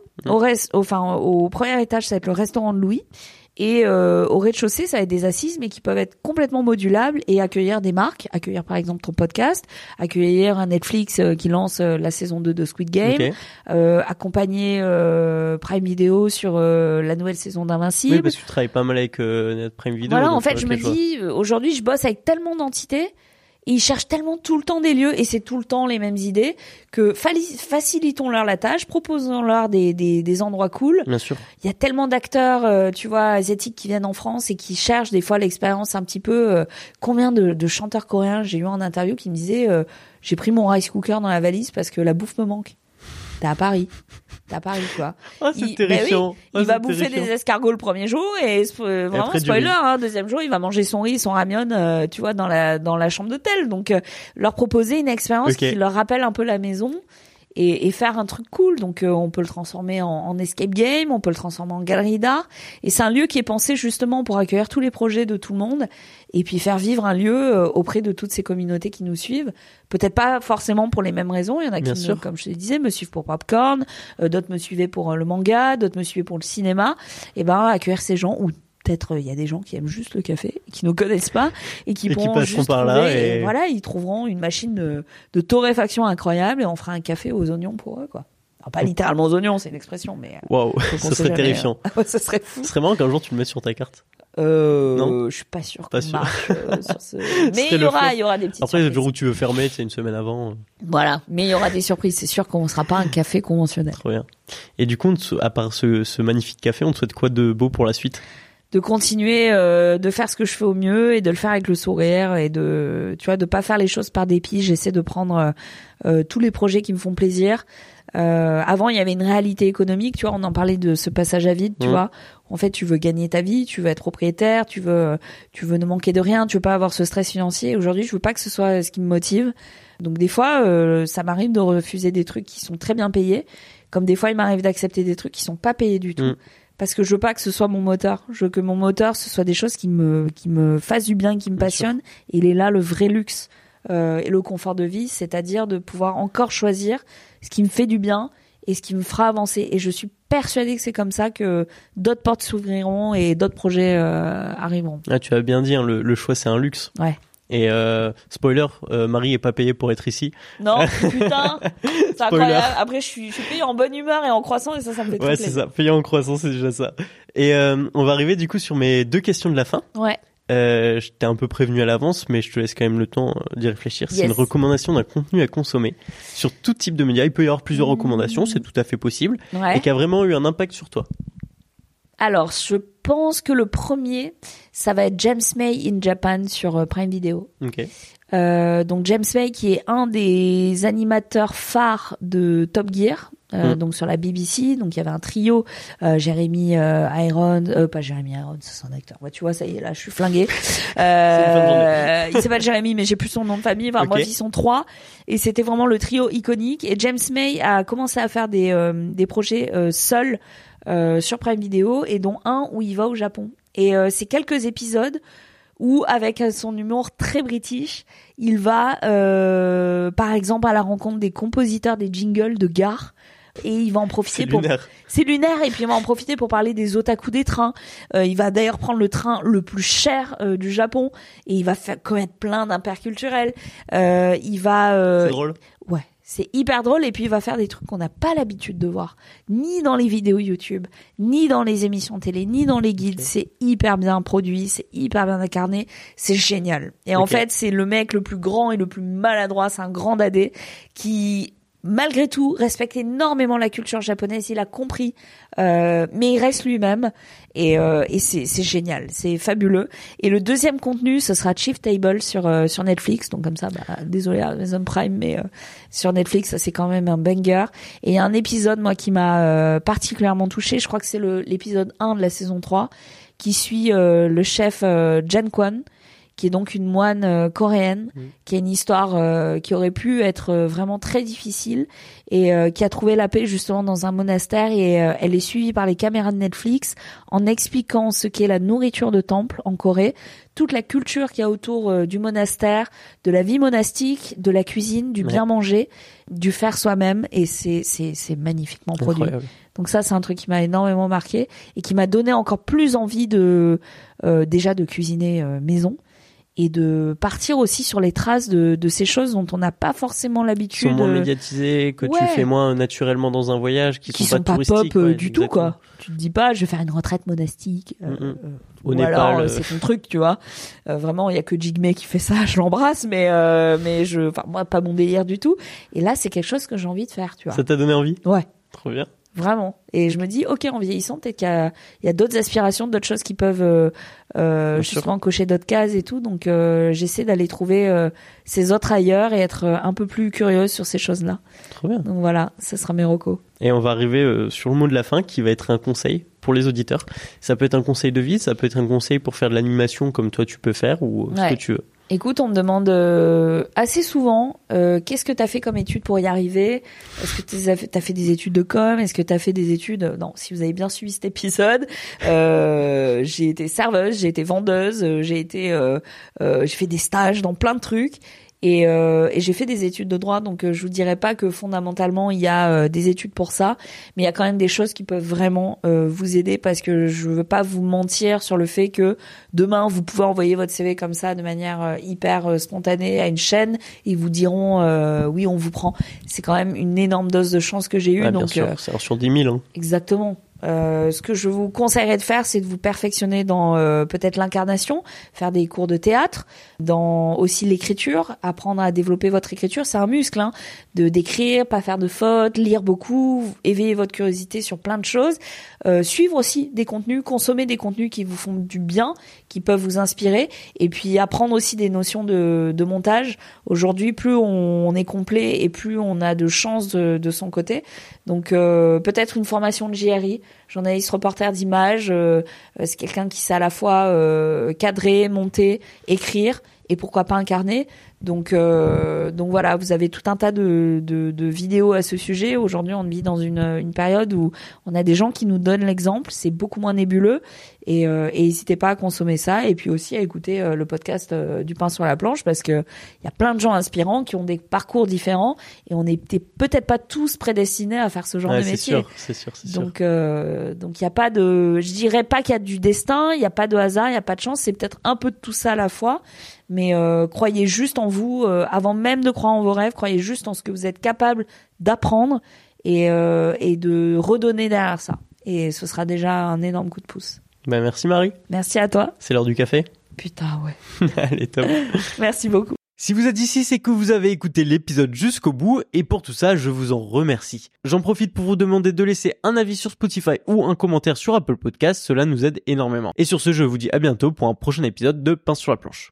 Au premier étage, ça va être le restaurant de Louis. Et au rez-de-chaussée, ça va être des assises, mais qui peuvent être complètement modulables et accueillir des marques, accueillir par exemple ton podcast, accueillir un Netflix qui lance la saison 2 de Squid Game, accompagner Prime Video sur la nouvelle saison d'Invincible. Oui, parce que tu travailles pas mal avec notre Prime Video. Voilà, en fait, je me dis, aujourd'hui, je bosse avec tellement d'entités. Et ils cherchent tellement tout le temps des lieux, et c'est tout le temps les mêmes idées, que facilitons-leur la tâche, proposons-leur des endroits cool. Bien sûr. Il y a tellement d'acteurs, tu vois, asiatiques qui viennent en France et qui cherchent des fois l'expérience un petit peu. Combien de chanteurs coréens j'ai eu en interview qui me disaient j'ai pris mon rice cooker dans la valise parce que la bouffe me manque. T'es à Paris, quoi. Oh, c'est terrifiant. Il va bouffer des escargots le premier jour et vraiment spoiler, deuxième jour il va manger son riz et son ramen, tu vois, dans la chambre d'hôtel. Donc leur proposer une expérience qui leur rappelle un peu la maison et faire un truc cool. Donc on peut le transformer en escape game, on peut le transformer en galerie d'art. Et c'est un lieu qui est pensé justement pour accueillir tous les projets de tout le monde et puis faire vivre un lieu auprès de toutes ces communautés qui nous suivent. Peut-être pas forcément pour les mêmes raisons. Il y en a qui, comme je te disais, me suivent pour Popcorn, d'autres me suivaient pour le manga, d'autres me suivaient pour le cinéma. Et accueillir ces gens ou peut-être il y a des gens qui aiment juste le café, qui nous connaissent pas et qui pourront juste par trouver, là et voilà, ils trouveront une machine de torréfaction incroyable et on fera un café aux oignons pour eux, quoi. Alors, pas littéralement aux oignons, c'est une expression, mais waouh, ça serait terrifiant. Ça serait fou. Ce serait marrant qu'un jour tu le mettes sur ta carte. Non, je suis pas sûr qu'on marche sur ce. Mais il y aura des petites. Après, surprises. le jour où tu veux fermer, c'est une semaine avant. Voilà, mais il y aura des surprises. C'est sûr qu'on ne sera pas un café conventionnel. Trop bien. Et du coup, à part ce magnifique café, on te souhaite quoi de beau pour la suite? De continuer de faire ce que je fais au mieux et de le faire avec le sourire et de pas faire les choses par dépit. J'essaie de prendre tous les projets qui me font plaisir. Avant, il y avait une réalité économique, tu vois, on en parlait de ce passage à vide, tu vois. En fait, tu veux gagner ta vie, tu veux être propriétaire, tu veux ne manquer de rien, tu veux pas avoir ce stress financier. Aujourd'hui, je veux pas que ce soit ce qui me motive. Donc des fois, ça m'arrive de refuser des trucs qui sont très bien payés, comme des fois il m'arrive d'accepter des trucs qui sont pas payés du tout. Parce que je veux pas que ce soit mon moteur. Je veux que mon moteur, ce soit des choses qui me fassent du bien, qui me passionnent. Et il est là le vrai luxe et le confort de vie, c'est-à-dire de pouvoir encore choisir ce qui me fait du bien et ce qui me fera avancer. Et je suis persuadée que c'est comme ça que d'autres portes s'ouvriront et d'autres projets arriveront. Ah, tu as bien dit, hein, le choix c'est un luxe. Ouais. Et spoiler, Marie est pas payée pour être ici. Non, putain, c'est incroyable. Après, je suis payée en bonne humeur et en croissant et ça me fait très plaisir. Ouais, c'est ça. Payée en croissant, c'est déjà ça. Et on va arriver du coup sur mes 2 questions de la fin. Ouais. Je t'ai un peu prévenu à l'avance, mais je te laisse quand même le temps d'y réfléchir. C'est une recommandation d'un contenu à consommer sur tout type de médias. Il peut y avoir plusieurs recommandations, c'est tout à fait possible, et qui a vraiment eu un impact sur toi. Alors, je pense que le premier, ça va être James May in Japan sur Prime Video. Ok. Donc James May qui est un des animateurs phares de Top Gear, donc sur la BBC. Donc il y avait un trio, Jeremy Irons, pas Jeremy Irons, c'est un acteur. Ouais, tu vois, ça y est, là, je suis flinguée. Il s'appelle Jeremy, mais j'ai plus son nom de famille. Enfin, bref, ils sont 3. Et c'était vraiment le trio iconique. Et James May a commencé à faire des projets seul sur Prime Video, et dont un où il va au Japon. Et c'est quelques épisodes où, avec son humour très british, il va, par exemple, à la rencontre des compositeurs des jingles de gare. Et il va en profiter c'est lunaire, et puis il va en profiter pour parler des otaku des trains. Il va d'ailleurs prendre le train le plus cher du Japon, et il va commettre plein d'impairs culturels. C'est drôle. Ouais. C'est hyper drôle, et puis il va faire des trucs qu'on n'a pas l'habitude de voir, ni dans les vidéos YouTube, ni dans les émissions télé, ni dans les guides. C'est hyper bien produit, c'est hyper bien incarné, c'est génial. Et en fait, c'est le mec le plus grand et le plus maladroit, c'est un grand dadé qui, malgré tout, respecte énormément la culture japonaise. Il a compris, mais il reste lui-même, et c'est génial, c'est fabuleux. Et le deuxième contenu, ce sera Chief Table sur Netflix. Donc comme ça, désolé Amazon Prime, mais sur Netflix, ça c'est quand même un banger. Et il y a un épisode, moi, qui m'a particulièrement touchée. Je crois que c'est l'épisode 1 de la saison 3, qui suit le chef Jan Kwon, qui est donc une moine coréenne, qui a une histoire qui aurait pu être vraiment très difficile, et qui a trouvé la paix justement dans un monastère, et elle est suivie par les caméras de Netflix en expliquant ce qu'est la nourriture de temple en Corée, toute la culture qu'il y a autour du monastère, de la vie monastique, de la cuisine, du bien manger, du faire soi-même, et c'est magnifiquement produit. Incroyable. Donc ça, c'est un truc qui m'a énormément marqué et qui m'a donné encore plus envie déjà de cuisiner maison, et de partir aussi sur les traces de ces choses dont on n'a pas forcément l'habitude. Qui sont moins médiatisées, que tu fais moins naturellement dans un voyage, qui sont pas touristiques. Pop du tout, quoi. Tu te dis pas, je vais faire une retraite monastique. Au ou Népal, alors, c'est ton truc, tu vois. Vraiment, il y a que Jigme qui fait ça, je l'embrasse, mais moi, pas mon délire du tout. Et là, c'est quelque chose que j'ai envie de faire, tu vois. Ça t'a donné envie? Ouais. Trop bien. Vraiment. Et je me dis, ok, en vieillissant, peut-être qu'il y a d'autres aspirations, d'autres choses qui peuvent justement cocher d'autres cases et tout. Donc j'essaie d'aller trouver ces autres ailleurs et être un peu plus curieuse sur ces choses-là. Trop bien. Donc voilà, ça sera mes recos. Et on va arriver sur le mot de la fin, qui va être un conseil pour les auditeurs. Ça peut être un conseil de vie, ça peut être un conseil pour faire de l'animation comme toi tu peux faire, ou ce que tu veux. Écoute, on me demande assez souvent qu'est-ce que t'as fait comme études pour y arriver. Est-ce que t'as fait des études de com? Est-ce que t'as fait des études... Non, si vous avez bien suivi cet épisode, j'ai été serveuse, j'ai été vendeuse, j'ai fait des stages dans plein de trucs. Et j'ai fait des études de droit, donc je vous dirais pas que fondamentalement il y a des études pour ça, mais il y a quand même des choses qui peuvent vraiment vous aider, parce que je veux pas vous mentir sur le fait que demain vous pouvez envoyer votre CV comme ça de manière hyper spontanée à une chaîne, et ils vous diront oui, on vous prend. C'est quand même une énorme dose de chance que j'ai eue. Ouais, donc bien sûr, c'est 1 sur 10 000. Hein. Exactement. Ce que je vous conseillerais de faire, c'est de vous perfectionner dans peut-être l'incarnation, faire des cours de théâtre, dans aussi l'écriture, apprendre à développer votre écriture. C'est un muscle, hein, d'écrire, pas faire de fautes, lire beaucoup, éveiller votre curiosité sur plein de choses, suivre aussi des contenus, consommer des contenus qui vous font du bien, qui peuvent vous inspirer, et puis apprendre aussi des notions de montage. Aujourd'hui, plus on est complet et plus on a de chances de son côté. Donc peut-être une formation de JRI, journaliste reporter d'image, c'est quelqu'un qui sait à la fois cadrer, monter, écrire et pourquoi pas incarner. Donc voilà, vous avez tout un tas de vidéos à ce sujet. Aujourd'hui, on vit dans une période où on a des gens qui nous donnent l'exemple, c'est beaucoup moins nébuleux, et n'hésitez pas à consommer ça, et puis aussi à écouter le podcast du pain sur la planche, parce que il y a plein de gens inspirants qui ont des parcours différents, et on n'était peut-être pas tous prédestinés à faire ce genre de métier. C'est sûr. Donc il y a pas de, je dirais pas qu'il y a du destin, il y a pas de hasard, il y a pas de chance, c'est peut-être un peu de tout ça à la fois, mais croyez juste en vous, avant même de croire en vos rêves, croyez juste en ce que vous êtes capable d'apprendre et de redonner derrière ça. Et ce sera déjà un énorme coup de pouce. Ben merci Marie. Merci à toi. C'est l'heure du café. Putain, ouais. Allez, top. Merci beaucoup. Si vous êtes ici, c'est que vous avez écouté l'épisode jusqu'au bout, et pour tout ça, je vous en remercie. J'en profite pour vous demander de laisser un avis sur Spotify ou un commentaire sur Apple Podcast, cela nous aide énormément. Et sur ce, je vous dis à bientôt pour un prochain épisode de Pain sur la planche.